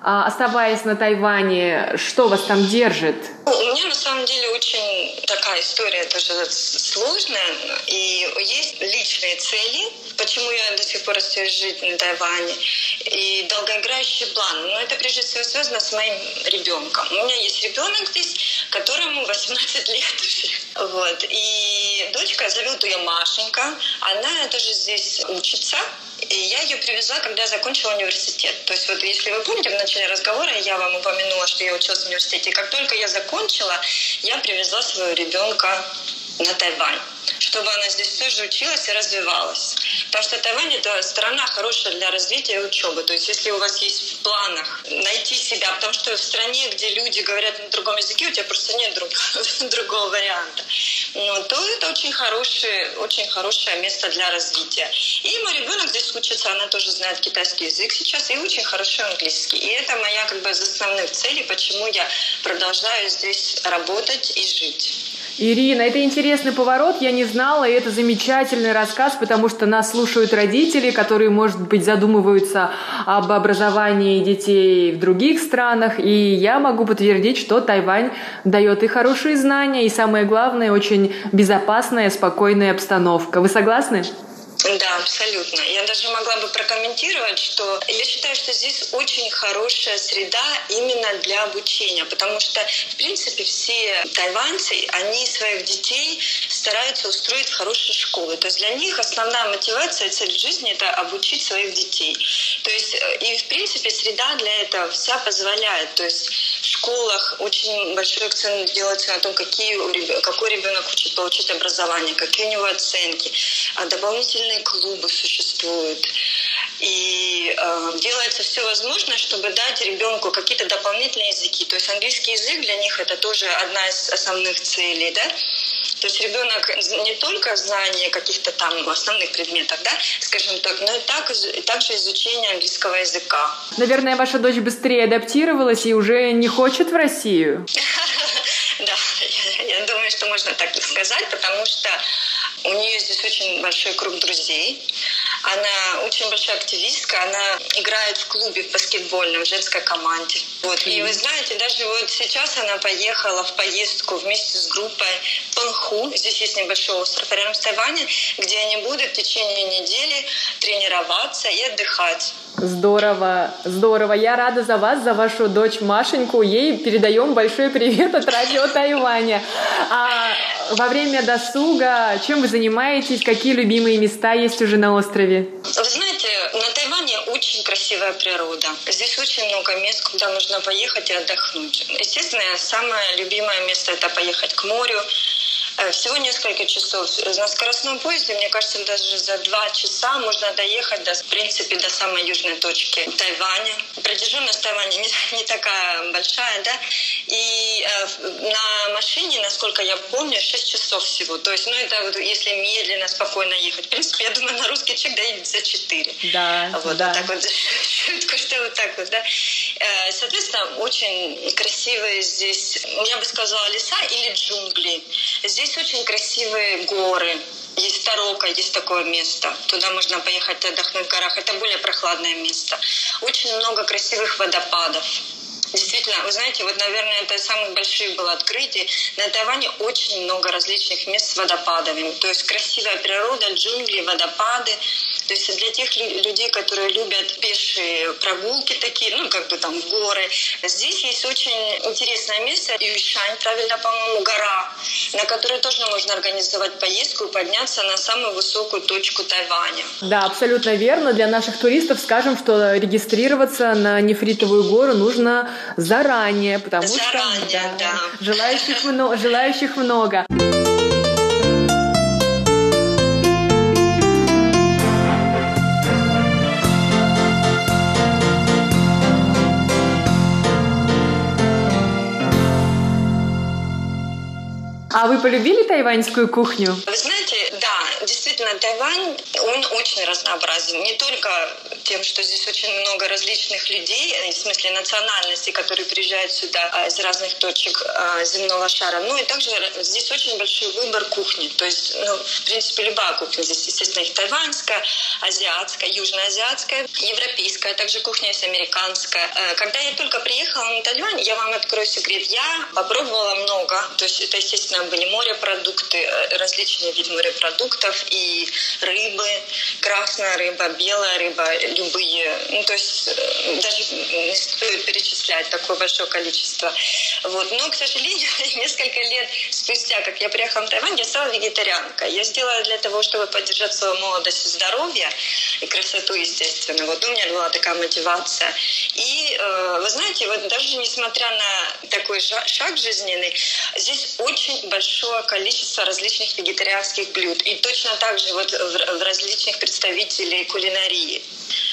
[SPEAKER 5] оставаясь на Тайване? Что вас там держит?
[SPEAKER 6] У меня на самом деле очень такая история тоже сложная. И есть личные цели, почему я до сих пор остаюсь жить на Тайване, и долгоиграющий план. Но это прежде всего связано с моим ребенком. У меня есть ребенок здесь, которому восемнадцать лет уже. Вот. И дочка, зовут ее Машенька, она тоже здесь учится. И я ее привезла, когда я закончила университет. То есть вот если вы помните, в начале разговора я вам упомянула, что я училась в университете. И как только я закончила, я привезла своего ребенка на Тайвань, чтобы она здесь тоже училась и развивалась. Потому что Тайвань – это страна хорошая для развития и учебы. То есть если у вас есть в планах найти себя, потому что в стране, где люди говорят на другом языке, у тебя просто нет друг, другого варианта, ну, то это очень хорошее, очень хорошее место для развития. И мой ребенок здесь учится, она тоже знает китайский язык сейчас и очень хорошо английский. И это моя как бы из основных целей, почему я продолжаю здесь работать и жить.
[SPEAKER 5] Ирина, это интересный поворот, я не знала, и это замечательный рассказ, потому что нас слушают родители, которые, может быть, задумываются об образовании детей в других странах, и я могу подтвердить, что Тайвань дает и хорошие знания, и самое главное, очень безопасная, спокойная обстановка. Вы согласны?
[SPEAKER 6] Да, абсолютно. Я даже могла бы прокомментировать, что я считаю, что здесь очень хорошая среда именно для обучения, потому что, в принципе, все тайваньцы, они своих детей стараются устроить в хорошие школы. То есть для них основная мотивация и цель жизни – это обучить своих детей. То есть и, в принципе, среда для этого вся позволяет. То есть в школах очень большой акцент делается на том, какие у ребенка, какой ребенок хочет получить образование, какие у него оценки, дополнительные клубы существуют. И э, делается все возможное, чтобы дать ребенку какие-то дополнительные языки. То есть английский язык для них это тоже одна из основных целей, да? То есть ребенок не только знание каких-то там основных предметов, да, скажем так, но и так, также изучение английского языка.
[SPEAKER 5] Наверное, ваша дочь быстрее адаптировалась и уже не хочет в Россию?
[SPEAKER 6] Да, я думаю, что можно так сказать, потому что у нее здесь очень большой круг друзей. Она очень большая активистка, она играет в клубе баскетбольном, в женской команде. Вот. Mm-hmm. И вы знаете, даже вот сейчас она поехала в поездку вместе с группой Панху. Здесь есть небольшой остров рядом с Тайванем, где они будут в течение недели тренироваться и отдыхать.
[SPEAKER 5] Здорово, здорово. Я рада за вас, за вашу дочь Машеньку. Ей передаем большой привет от радио Тайваня. А во время досуга чем вы занимаетесь? Какие любимые места есть уже на острове?
[SPEAKER 6] Вы знаете, на Тайване очень красивая природа. Здесь очень много мест, куда можно поехать и отдохнуть. Естественно, самое любимое место – это поехать к морю. Всего несколько часов. На скоростном поезде, мне кажется, даже за два часа можно доехать, до, в принципе, до самой южной точки Тайваня. Протяженность Тайваня не, не такая большая, да, и э, на машине, насколько я помню, шесть часов всего. То есть, ну, это вот если медленно, спокойно ехать. В принципе, я думаю, на русский человек доедет за четыре.
[SPEAKER 5] Да,
[SPEAKER 6] вот,
[SPEAKER 5] да.
[SPEAKER 6] Вот так вот, шутка, что вот так вот, да. Соответственно, очень красивые здесь, я бы сказала, леса или джунгли. Здесь очень красивые горы. Есть Тарока, есть такое место. Туда можно поехать отдохнуть в горах. Это более прохладное место. Очень много красивых водопадов. Действительно, вы знаете, вот, наверное, это из самых больших было открытий. На Тайване очень много различных мест с водопадами. То есть красивая природа, джунгли, водопады. То есть для тех людей, которые любят пешие прогулки такие, ну, как бы там в горы. Здесь есть очень интересное место, Юйшань, правильно, по-моему, гора, на которой тоже можно организовать поездку и подняться на самую высокую точку Тайваня.
[SPEAKER 5] Да, абсолютно верно. Для наших туристов скажем, что регистрироваться на Нефритовую гору нужно заранее, потому
[SPEAKER 6] заранее,
[SPEAKER 5] что да,
[SPEAKER 6] да.
[SPEAKER 5] Желающих, много, желающих много. А вы полюбили тайваньскую кухню?
[SPEAKER 6] Вы знаете, да, действительно, Тайвань, он очень разнообразен. Не только тем, что здесь очень много различных людей, в смысле национальностей, которые приезжают сюда из разных точек земного шара. Ну и также здесь очень большой выбор кухни. То есть, ну, в принципе, любая кухня здесь, естественно, их тайваньская, азиатская, южноазиатская, европейская, также кухня есть американская. Когда я только приехала на Тайвань, я вам открою секрет, я попробовала много. То есть это, естественно, были морепродукты, различные виды морепродуктов и рыбы, красная рыба, белая рыба, любые. Ну, то есть даже не стоит перечислять такое большое количество. Вот. Но, к сожалению, несколько лет спустя, как я приехала в Тайвань, я стала вегетарианкой. Я сделала для того, чтобы поддержать свою молодость и здоровье, и красоту, естественно. Вот у меня была такая мотивация. И, вы знаете, вот даже несмотря на такой шаг жизненный, здесь очень большое количество различных вегетарианских блюд. И точно так же вот в различных представителей кулинарии.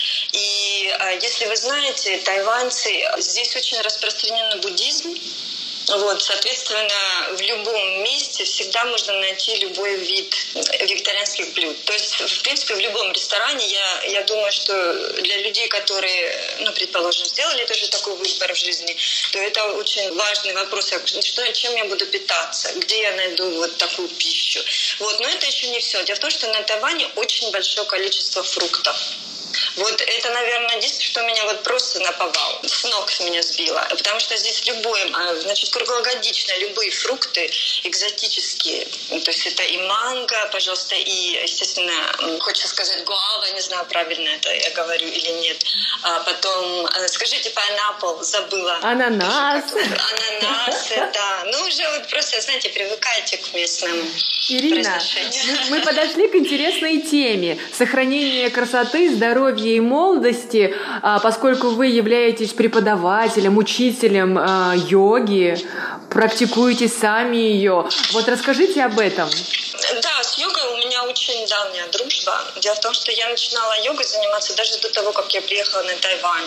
[SPEAKER 6] И если вы знаете, тайваньцы, здесь очень распространен буддизм. Вот, соответственно, в любом месте всегда можно найти любой вид вегетарианских блюд. То есть, в принципе, в любом ресторане, я, я думаю, что для людей, которые, ну, предположим, сделали тоже такой выбор в жизни, то это очень важный вопрос, что, чем я буду питаться, где я найду вот такую пищу. Вот, но это еще не все. Дело в том, что на Тайване очень большое количество фруктов. Вот это, наверное, единственное, что меня вот просто наповал, с ног меня сбило. Потому что здесь любое, значит, круглогодично любые фрукты экзотические. То есть это и манго, пожалуйста, и, естественно, хочется сказать гуава, не знаю, правильно это я говорю или нет. А потом, скажите, pineapple, забыла.
[SPEAKER 5] Ананас.
[SPEAKER 6] Ананасы, да. Ну, уже вот просто, знаете, привыкайте к местному
[SPEAKER 5] Ирина, мы, мы подошли к интересной теме. Сохранение красоты, здоровья и молодости, поскольку вы являетесь преподавателем, учителем э, йоги, практикуете сами ее. Вот расскажите об этом.
[SPEAKER 6] Да, с йогой у меня очень давняя дружба. Дело в том, что я начинала йогой заниматься даже до того, как я приехала на Тайвань.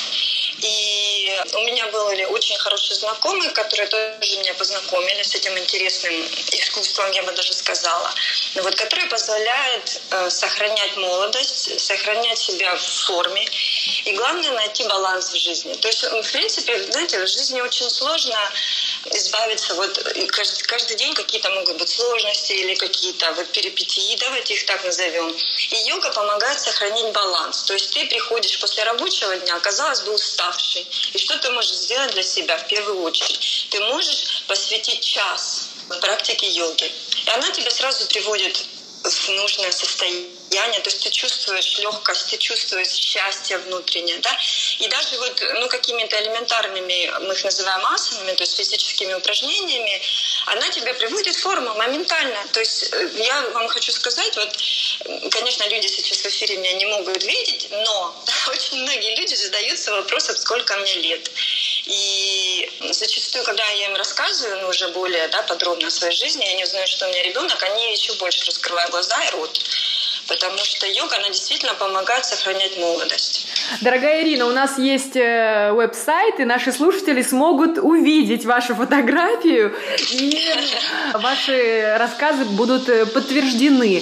[SPEAKER 6] И у меня были очень хорошие знакомые, которые тоже меня познакомили с этим интересным искусством, я бы даже сказала, вот, которые позволяют э, сохранять молодость, сохранять себя в форме и, главное, найти баланс в жизни. То есть, в принципе, знаете, в жизни очень сложно избавиться, вот каждый, каждый день какие-то могут быть сложности или какие-то вот перипетии, давайте их так назовем. И йога помогает сохранить баланс. То есть ты приходишь после рабочего дня, казалось бы, уставший. И что ты можешь сделать для себя в первую очередь? Ты можешь посвятить час практике йоги. И она тебя сразу приводит в нужное состояние. То есть ты чувствуешь легкость, ты чувствуешь счастье внутреннее, да? И даже вот, ну, какими-то элементарными, мы их называем асанами, то есть физическими упражнениями, она тебя приводит в форму моментально. То есть я вам хочу сказать, вот, конечно, люди сейчас в эфире меня не могут видеть, но очень многие люди задаются вопросом, сколько мне лет. И зачастую, когда я им рассказываю, ну, уже более, да, подробно о своей жизни, они узнают, что у меня ребенок, они еще больше раскрывают глаза и рот. Потому что йога, она действительно помогает сохранять молодость.
[SPEAKER 5] Дорогая Ирина, у нас есть веб-сайт, и наши слушатели смогут увидеть вашу фотографию, и ваши рассказы будут подтверждены.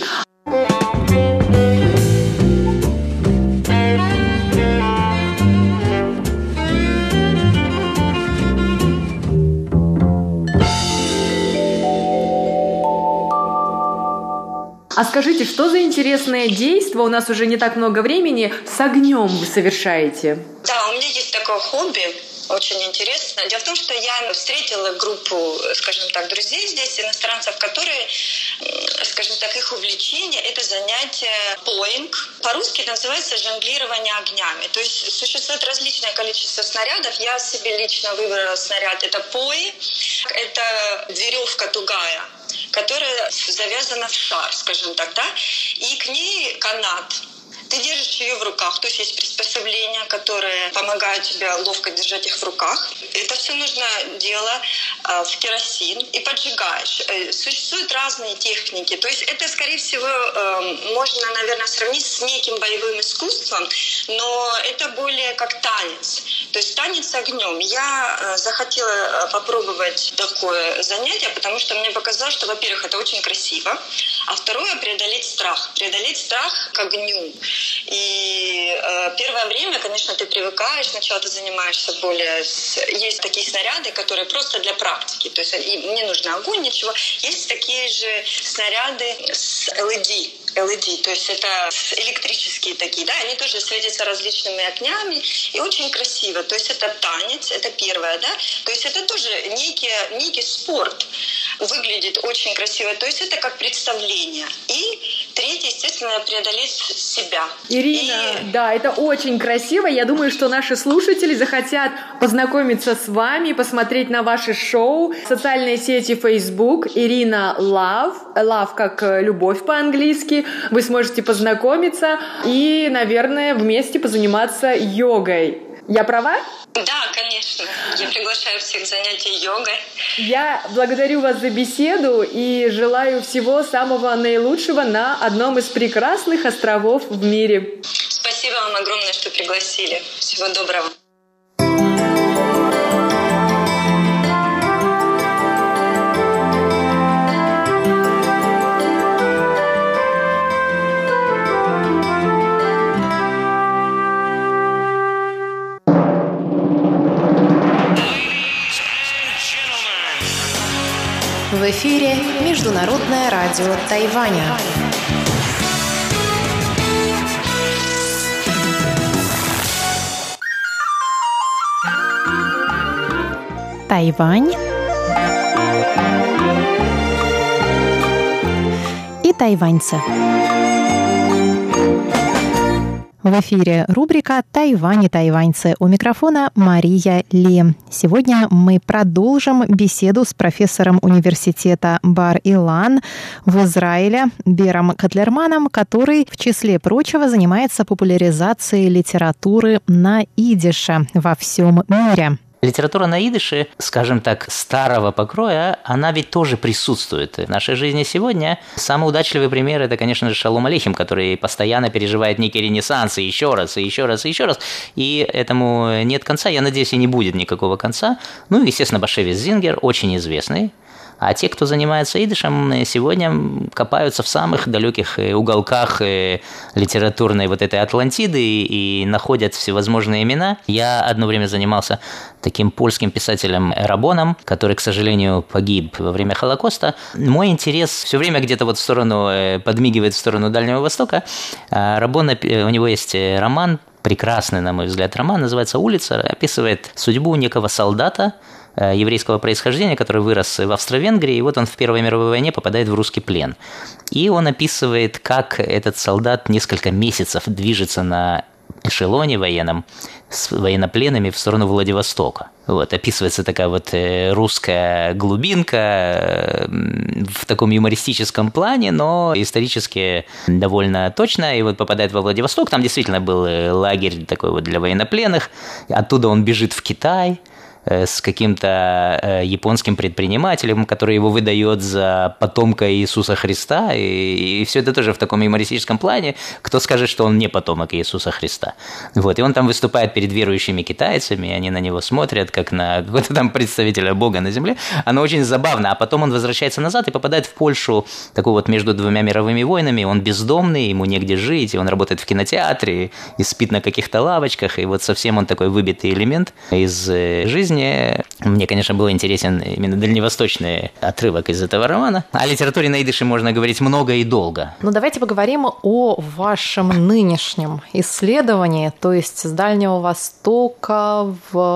[SPEAKER 5] А скажите, что за интересное действо, у нас уже не так много времени, с огнем вы совершаете?
[SPEAKER 6] Да, у меня есть такое хобби, очень интересно. Дело в том, что я встретила группу, скажем так, друзей здесь, иностранцев, которые, скажем так, их увлечение – это занятие поинг. По-русски это называется жонглирование огнями. То есть существует различное количество снарядов. Я себе лично выбрала снаряд – это пои. Это веревка тугая, которая завязана в шар, скажем так, да, и к ней канат. Ты держишь ее в руках, то есть есть приспособления, которые помогают тебе ловко держать их в руках. Это все нужно дело э, в керосин и поджигаешь. Э, существуют разные техники, то есть это, скорее всего, э, можно, наверное, сравнить с неким боевым искусством, но это более как танец. То есть танец огнем. Я захотела попробовать такое занятие, потому что мне показалось, что, во-первых, это очень красиво, а второе — преодолеть страх. Преодолеть страх к огню. И э, первое время, конечно, ты привыкаешь, сначала ты занимаешься более... С... Есть такие снаряды, которые просто для практики. То есть им не нужен огонь, ничего. Есть такие же снаряды с эл и ди. эл и ди, то есть это электрические такие, да, они тоже светятся различными огнями и очень красиво. То есть это танец, это первое, да, то есть это тоже некий, некий спорт, выглядит очень красиво, то есть это как представление. И третье, естественно, преодолеть себя.
[SPEAKER 5] Ирина,
[SPEAKER 6] и...
[SPEAKER 5] да, это очень красиво. Я думаю, что наши слушатели захотят познакомиться с вами, посмотреть на ваши шоу, социальные сети Facebook, Ирина Love, Love как любовь по-английски. Вы сможете познакомиться и, наверное, вместе позаниматься йогой. Я права?
[SPEAKER 6] Да, конечно. Я приглашаю всех к занятию йогой.
[SPEAKER 5] Я благодарю вас за беседу и желаю всего самого наилучшего на одном из прекрасных островов в мире.
[SPEAKER 6] Спасибо вам огромное, что пригласили. Всего доброго.
[SPEAKER 2] В эфире Международное радио Тайваня. Тайвань и тайваньцы. В эфире рубрика «Тайвань и тайваньцы». У микрофона Мария Ли. Сегодня мы продолжим беседу с профессором университета Бар-Илан в Израиле Бером Котлерманом, который, в числе прочего, занимается популяризацией литературы на идише во всем мире.
[SPEAKER 7] Литература на идише, скажем так, старого покроя, она ведь тоже присутствует в нашей жизни сегодня. Самый удачливый пример – это, конечно же, Шалом Алейхим, который постоянно переживает некий ренессанс, и еще раз, и еще раз, и еще раз. И этому нет конца, я надеюсь, и не будет никакого конца. Ну и, естественно, Башевис Зингер, очень известный. А те, кто занимается идишем, сегодня копаются в самых далеких уголках литературной вот этой Атлантиды и находят всевозможные имена. Я одно время занимался таким польским писателем Рабоном, который, к сожалению, погиб во время Холокоста. Мой интерес все время где-то вот в сторону, подмигивает в сторону Дальнего Востока. Рабон, у него есть роман, прекрасный, на мой взгляд, роман, называется «Улица», описывает судьбу некого солдата еврейского происхождения, который вырос в Австро-Венгрии, и вот он в Первой мировой войне попадает в русский плен. И он описывает, как этот солдат несколько месяцев движется на эшелоне военном с военнопленными в сторону Владивостока. Вот, описывается такая вот русская глубинка в таком юмористическом плане, но исторически довольно точно. И вот попадает во Владивосток, там действительно был лагерь такой вот для военнопленных. Оттуда он бежит в Китай с каким-то японским предпринимателем, который его выдает за потомка Иисуса Христа, и, и все это тоже в таком юмористическом плане. Кто скажет, что он не потомок Иисуса Христа? Вот, и он там выступает перед верующими китайцами, и они на него смотрят, как на какого-то там представителя Бога на земле. Оно очень забавно. А потом он возвращается назад и попадает в Польшу, такую вот между двумя мировыми войнами. Он бездомный, ему негде жить, и он работает в кинотеатре, и спит на каких-то лавочках, и вот совсем он такой выбитый элемент из жизни. Мне, конечно, был интересен именно дальневосточный отрывок из этого романа. О литературе на идише можно говорить много и долго.
[SPEAKER 2] Ну, давайте поговорим о вашем нынешнем исследовании, то есть с Дальнего Востока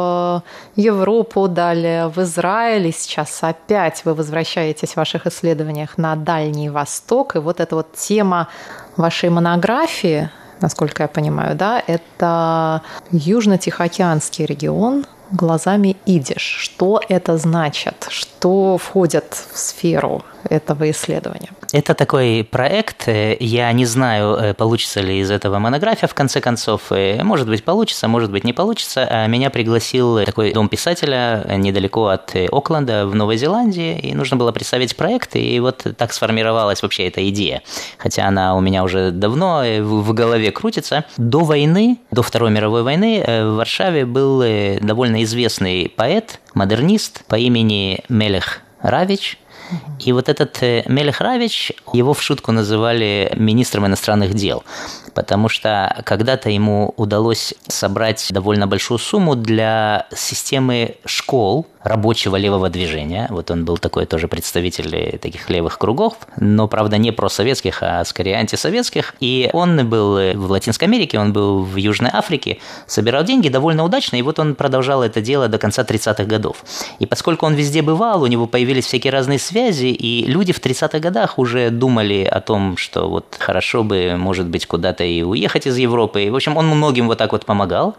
[SPEAKER 2] в Европу, далее в Израиль, и сейчас опять вы возвращаетесь в ваших исследованиях на Дальний Восток, и вот эта вот тема вашей монографии, насколько я понимаю, да, это Южно-Тихоокеанский регион глазами идиш. Что это значит? Что входит в сферу этого исследования?
[SPEAKER 7] Это такой проект. Я не знаю, получится ли из этого монография в конце концов. Может быть, получится, может быть, не получится. Меня пригласил такой дом писателя недалеко от Окленда в Новой Зеландии, и нужно было представить проект, и вот так сформировалась вообще эта идея. Хотя она у меня уже давно в голове крутится. До войны, до Второй мировой войны в Варшаве был довольно известный поэт, модернист по имени Мелех Равич. И вот этот Мелех Равич, его в шутку называли министром иностранных дел, потому что когда-то ему удалось собрать довольно большую сумму для системы школ рабочего левого движения. Вот он был такой тоже представитель таких левых кругов, но, правда, не просоветских, а скорее антисоветских. И он был в Латинской Америке, он был в Южной Африке, собирал деньги довольно удачно, и вот он продолжал это дело до конца тридцатых годов. И поскольку он везде бывал, у него появились всякие разные связи, и люди в тридцатых годах уже думали о том, что вот хорошо бы, может быть, куда-то и уехать из Европы. И, в общем, он многим вот так вот помогал.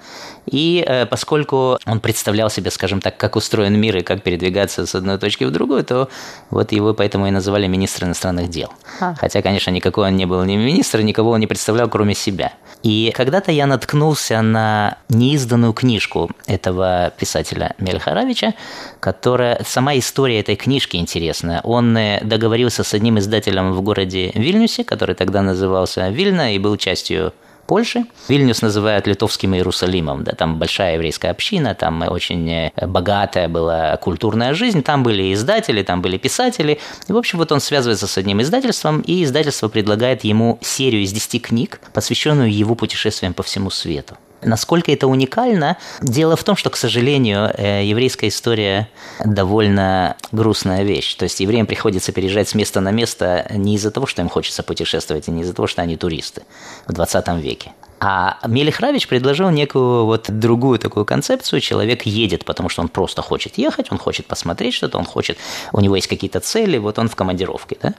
[SPEAKER 7] И э, поскольку он представлял себе, скажем так, как устроен мир и как передвигаться с одной точки в другую, то вот его поэтому и называли министр иностранных дел. А. Хотя, конечно, никакой он не был ни министр, никого он не представлял, кроме себя. И когда-то я наткнулся на неизданную книжку этого писателя Мелеха Равича, которая... Сама история этой книжки интересная. Он договорился с одним издателем в городе Вильнюсе, который тогда назывался Вильна и был частью Польши. Вильнюс называют литовским Иерусалимом, да, там большая еврейская община, там очень богатая была культурная жизнь, там были издатели, там были писатели. И, в общем, вот он связывается с одним издательством, и издательство предлагает ему серию из десяти книг, посвященную его путешествиям по всему свету. Насколько это уникально? Дело в том, что, к сожалению, еврейская история довольно грустная вещь. То есть евреям приходится переезжать с места на место не из-за того, что им хочется путешествовать, и не из-за того, что они туристы в двадцатом веке. А Мелех Равич предложил некую вот другую такую концепцию. Человек едет, потому что он просто хочет ехать, он хочет посмотреть что-то, он хочет, у него есть какие-то цели, вот он в командировке, да?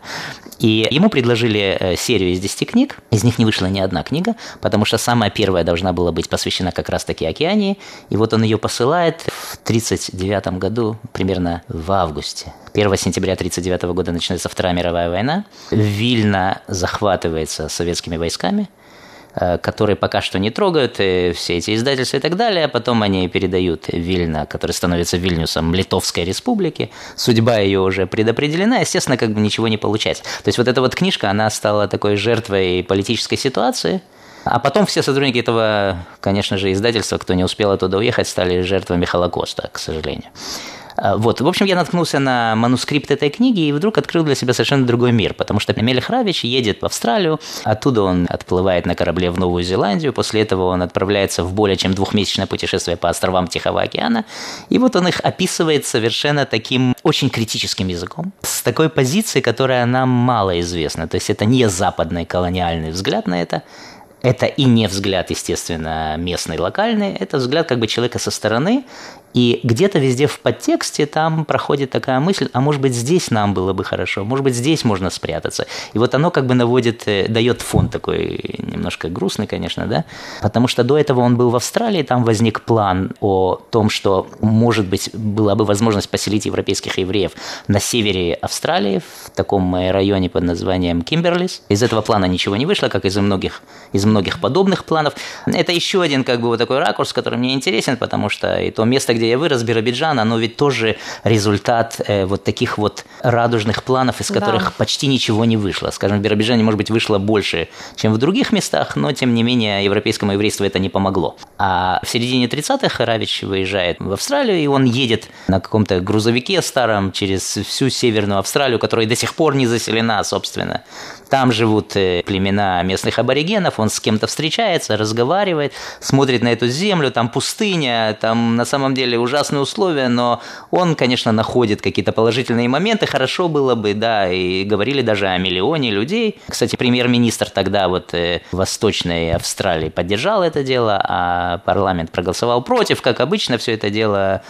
[SPEAKER 7] И ему предложили серию из десяти книг, из них не вышла ни одна книга, потому что самая первая должна была быть посвящена как раз-таки Океании, и вот он ее посылает в тридцать девятом году, примерно в августе. первого сентября тридцать девятого года начинается Вторая мировая война, Вильна захватывается советскими войсками, которые пока что не трогают все эти издательства и так далее, а потом они передают Вильна, который становится Вильнюсом Литовской республики. Судьба ее уже предопределена, естественно, как бы ничего не получается. То есть вот эта вот книжка, она стала такой жертвой политической ситуации, а потом все сотрудники этого, конечно же, издательства, кто не успел оттуда уехать, стали жертвами Холокоста, к сожалению. Вот. В общем, я наткнулся на манускрипт этой книги и вдруг открыл для себя совершенно другой мир, потому что Мелех Равич едет в Австралию, оттуда он отплывает на корабле в Новую Зеландию, после этого он отправляется в более чем двухмесячное путешествие по островам Тихого океана, и вот он их описывает совершенно таким очень критическим языком, с такой позиции, которая нам мало известна, то есть это не западный колониальный взгляд на это, это и не взгляд, естественно, местный, локальный, это взгляд как бы человека со стороны, и где-то везде в подтексте там проходит такая мысль, а может быть здесь нам было бы хорошо, может быть здесь можно спрятаться. И вот оно как бы наводит, дает фон такой немножко грустный, конечно, да, потому что до этого он был в Австралии, там возник план о том, что, может быть, была бы возможность поселить европейских евреев на севере Австралии, в таком районе под названием Кимберлис. Из этого плана ничего не вышло, как из многих, из многих подобных планов. Это еще один как бы вот такой ракурс, который мне интересен, потому что и то место, где я вырос, Биробиджан, оно ведь тоже результат э, вот таких вот радужных планов, из которых да. почти ничего не вышло. Скажем, в Биробиджане, может быть, вышло больше, чем в других местах, но, тем не менее, европейскому еврейству это не помогло. А в середине тридцатых Равич выезжает в Австралию, и он едет на каком-то грузовике старом через всю Северную Австралию, которая до сих пор не заселена, собственно. Там живут племена местных аборигенов, он с кем-то встречается, разговаривает, смотрит на эту землю, там пустыня, там на самом деле ужасные условия, но он, конечно, находит какие-то положительные моменты, хорошо было бы, да, и говорили даже о миллионе людей. Кстати, премьер-министр тогда вот в Восточной Австралии поддержал это дело, а парламент проголосовал против, как обычно, все это дело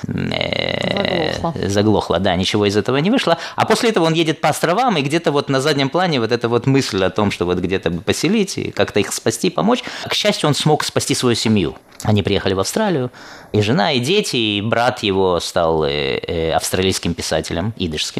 [SPEAKER 7] э, заглохло. заглохло, да, ничего из этого не вышло. А после этого он едет по островам, и где-то вот на заднем плане вот эта вот мысль о том, что вот где-то поселить и как-то их спасти, помочь. К счастью, он смог спасти свою семью. Они приехали в Австралию, и жена, и дети, и брат его стал австралийским писателем, идышским.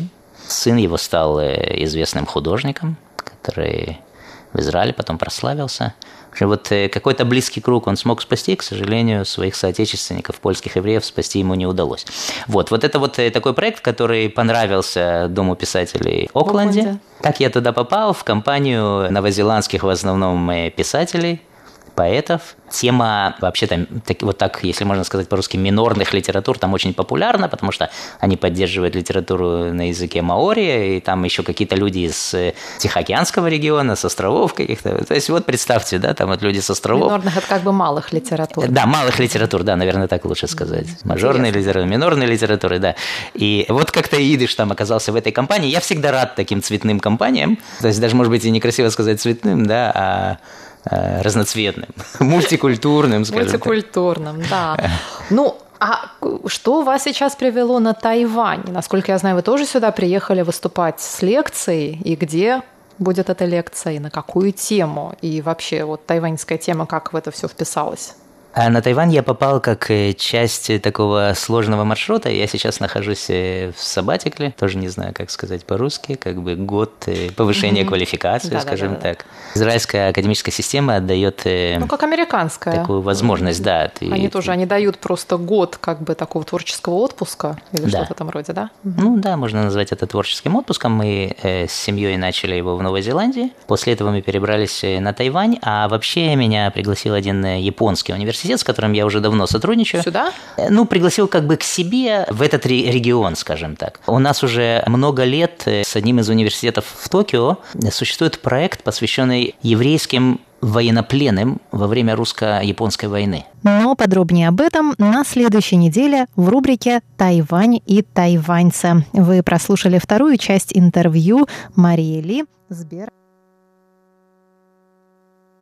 [SPEAKER 7] Сын его стал известным художником, который в Израиле потом прославился. В общем, вот какой-то близкий круг он смог спасти, к сожалению, своих соотечественников, польских евреев, спасти ему не удалось. Вот, вот это вот такой проект, который понравился Дому писателей Окленде. Окленде. Так я туда попал, в компанию новозеландских в основном писателей, поэтов. Тема вообще там, так, вот так, если можно сказать по-русски, минорных литератур там очень популярна, потому что они поддерживают литературу на языке маори, и там еще какие-то люди из Тихоокеанского региона, с островов каких-то. То есть вот представьте, да, там вот люди с островов.
[SPEAKER 2] Минорных – это как бы малых литератур.
[SPEAKER 7] Да, малых литератур, да, наверное, так лучше сказать. Мажорные литературы, минорные литературы, да. И вот как-то идиш там оказался в этой компании. Я всегда рад таким цветным компаниям. То есть даже, может быть, и некрасиво сказать цветным, да, а разноцветным, мультикультурным, скажем так.
[SPEAKER 2] Мультикультурным, да. Ну, а что вас сейчас привело на Тайвань? Насколько я знаю, вы тоже сюда приехали выступать с лекцией, и где будет эта лекция, и на какую тему? И вообще, вот тайваньская тема, как в это все вписалась?
[SPEAKER 7] А на Тайвань я попал как часть такого сложного маршрута. Я сейчас нахожусь в саббатикле, тоже не знаю, как сказать по-русски, как бы год повышения mm-hmm. квалификации, да, скажем да, да, так. Да. Израильская академическая система отдает ну, как американская. Такую возможность, да. Ты,
[SPEAKER 2] они
[SPEAKER 7] ты...
[SPEAKER 2] тоже, они дают просто год как бы такого творческого отпуска или да. что-то в этом роде, да?
[SPEAKER 7] Mm-hmm. Ну да, можно назвать это творческим отпуском. Мы э, с семьей начали его в Новой Зеландии. После этого мы перебрались на Тайвань, а вообще меня пригласил один японский университет, с которым я уже давно сотрудничаю.
[SPEAKER 2] Сюда?
[SPEAKER 7] Ну, пригласил как бы к себе в этот регион, скажем так. У нас уже много лет с одним из университетов в Токио существует проект, посвященный еврейским военнопленным во время русско-японской войны.
[SPEAKER 8] Но подробнее об этом на следующей неделе в рубрике «Тайвань и тайваньцы». Вы прослушали вторую часть интервью Марии Ли Сбер.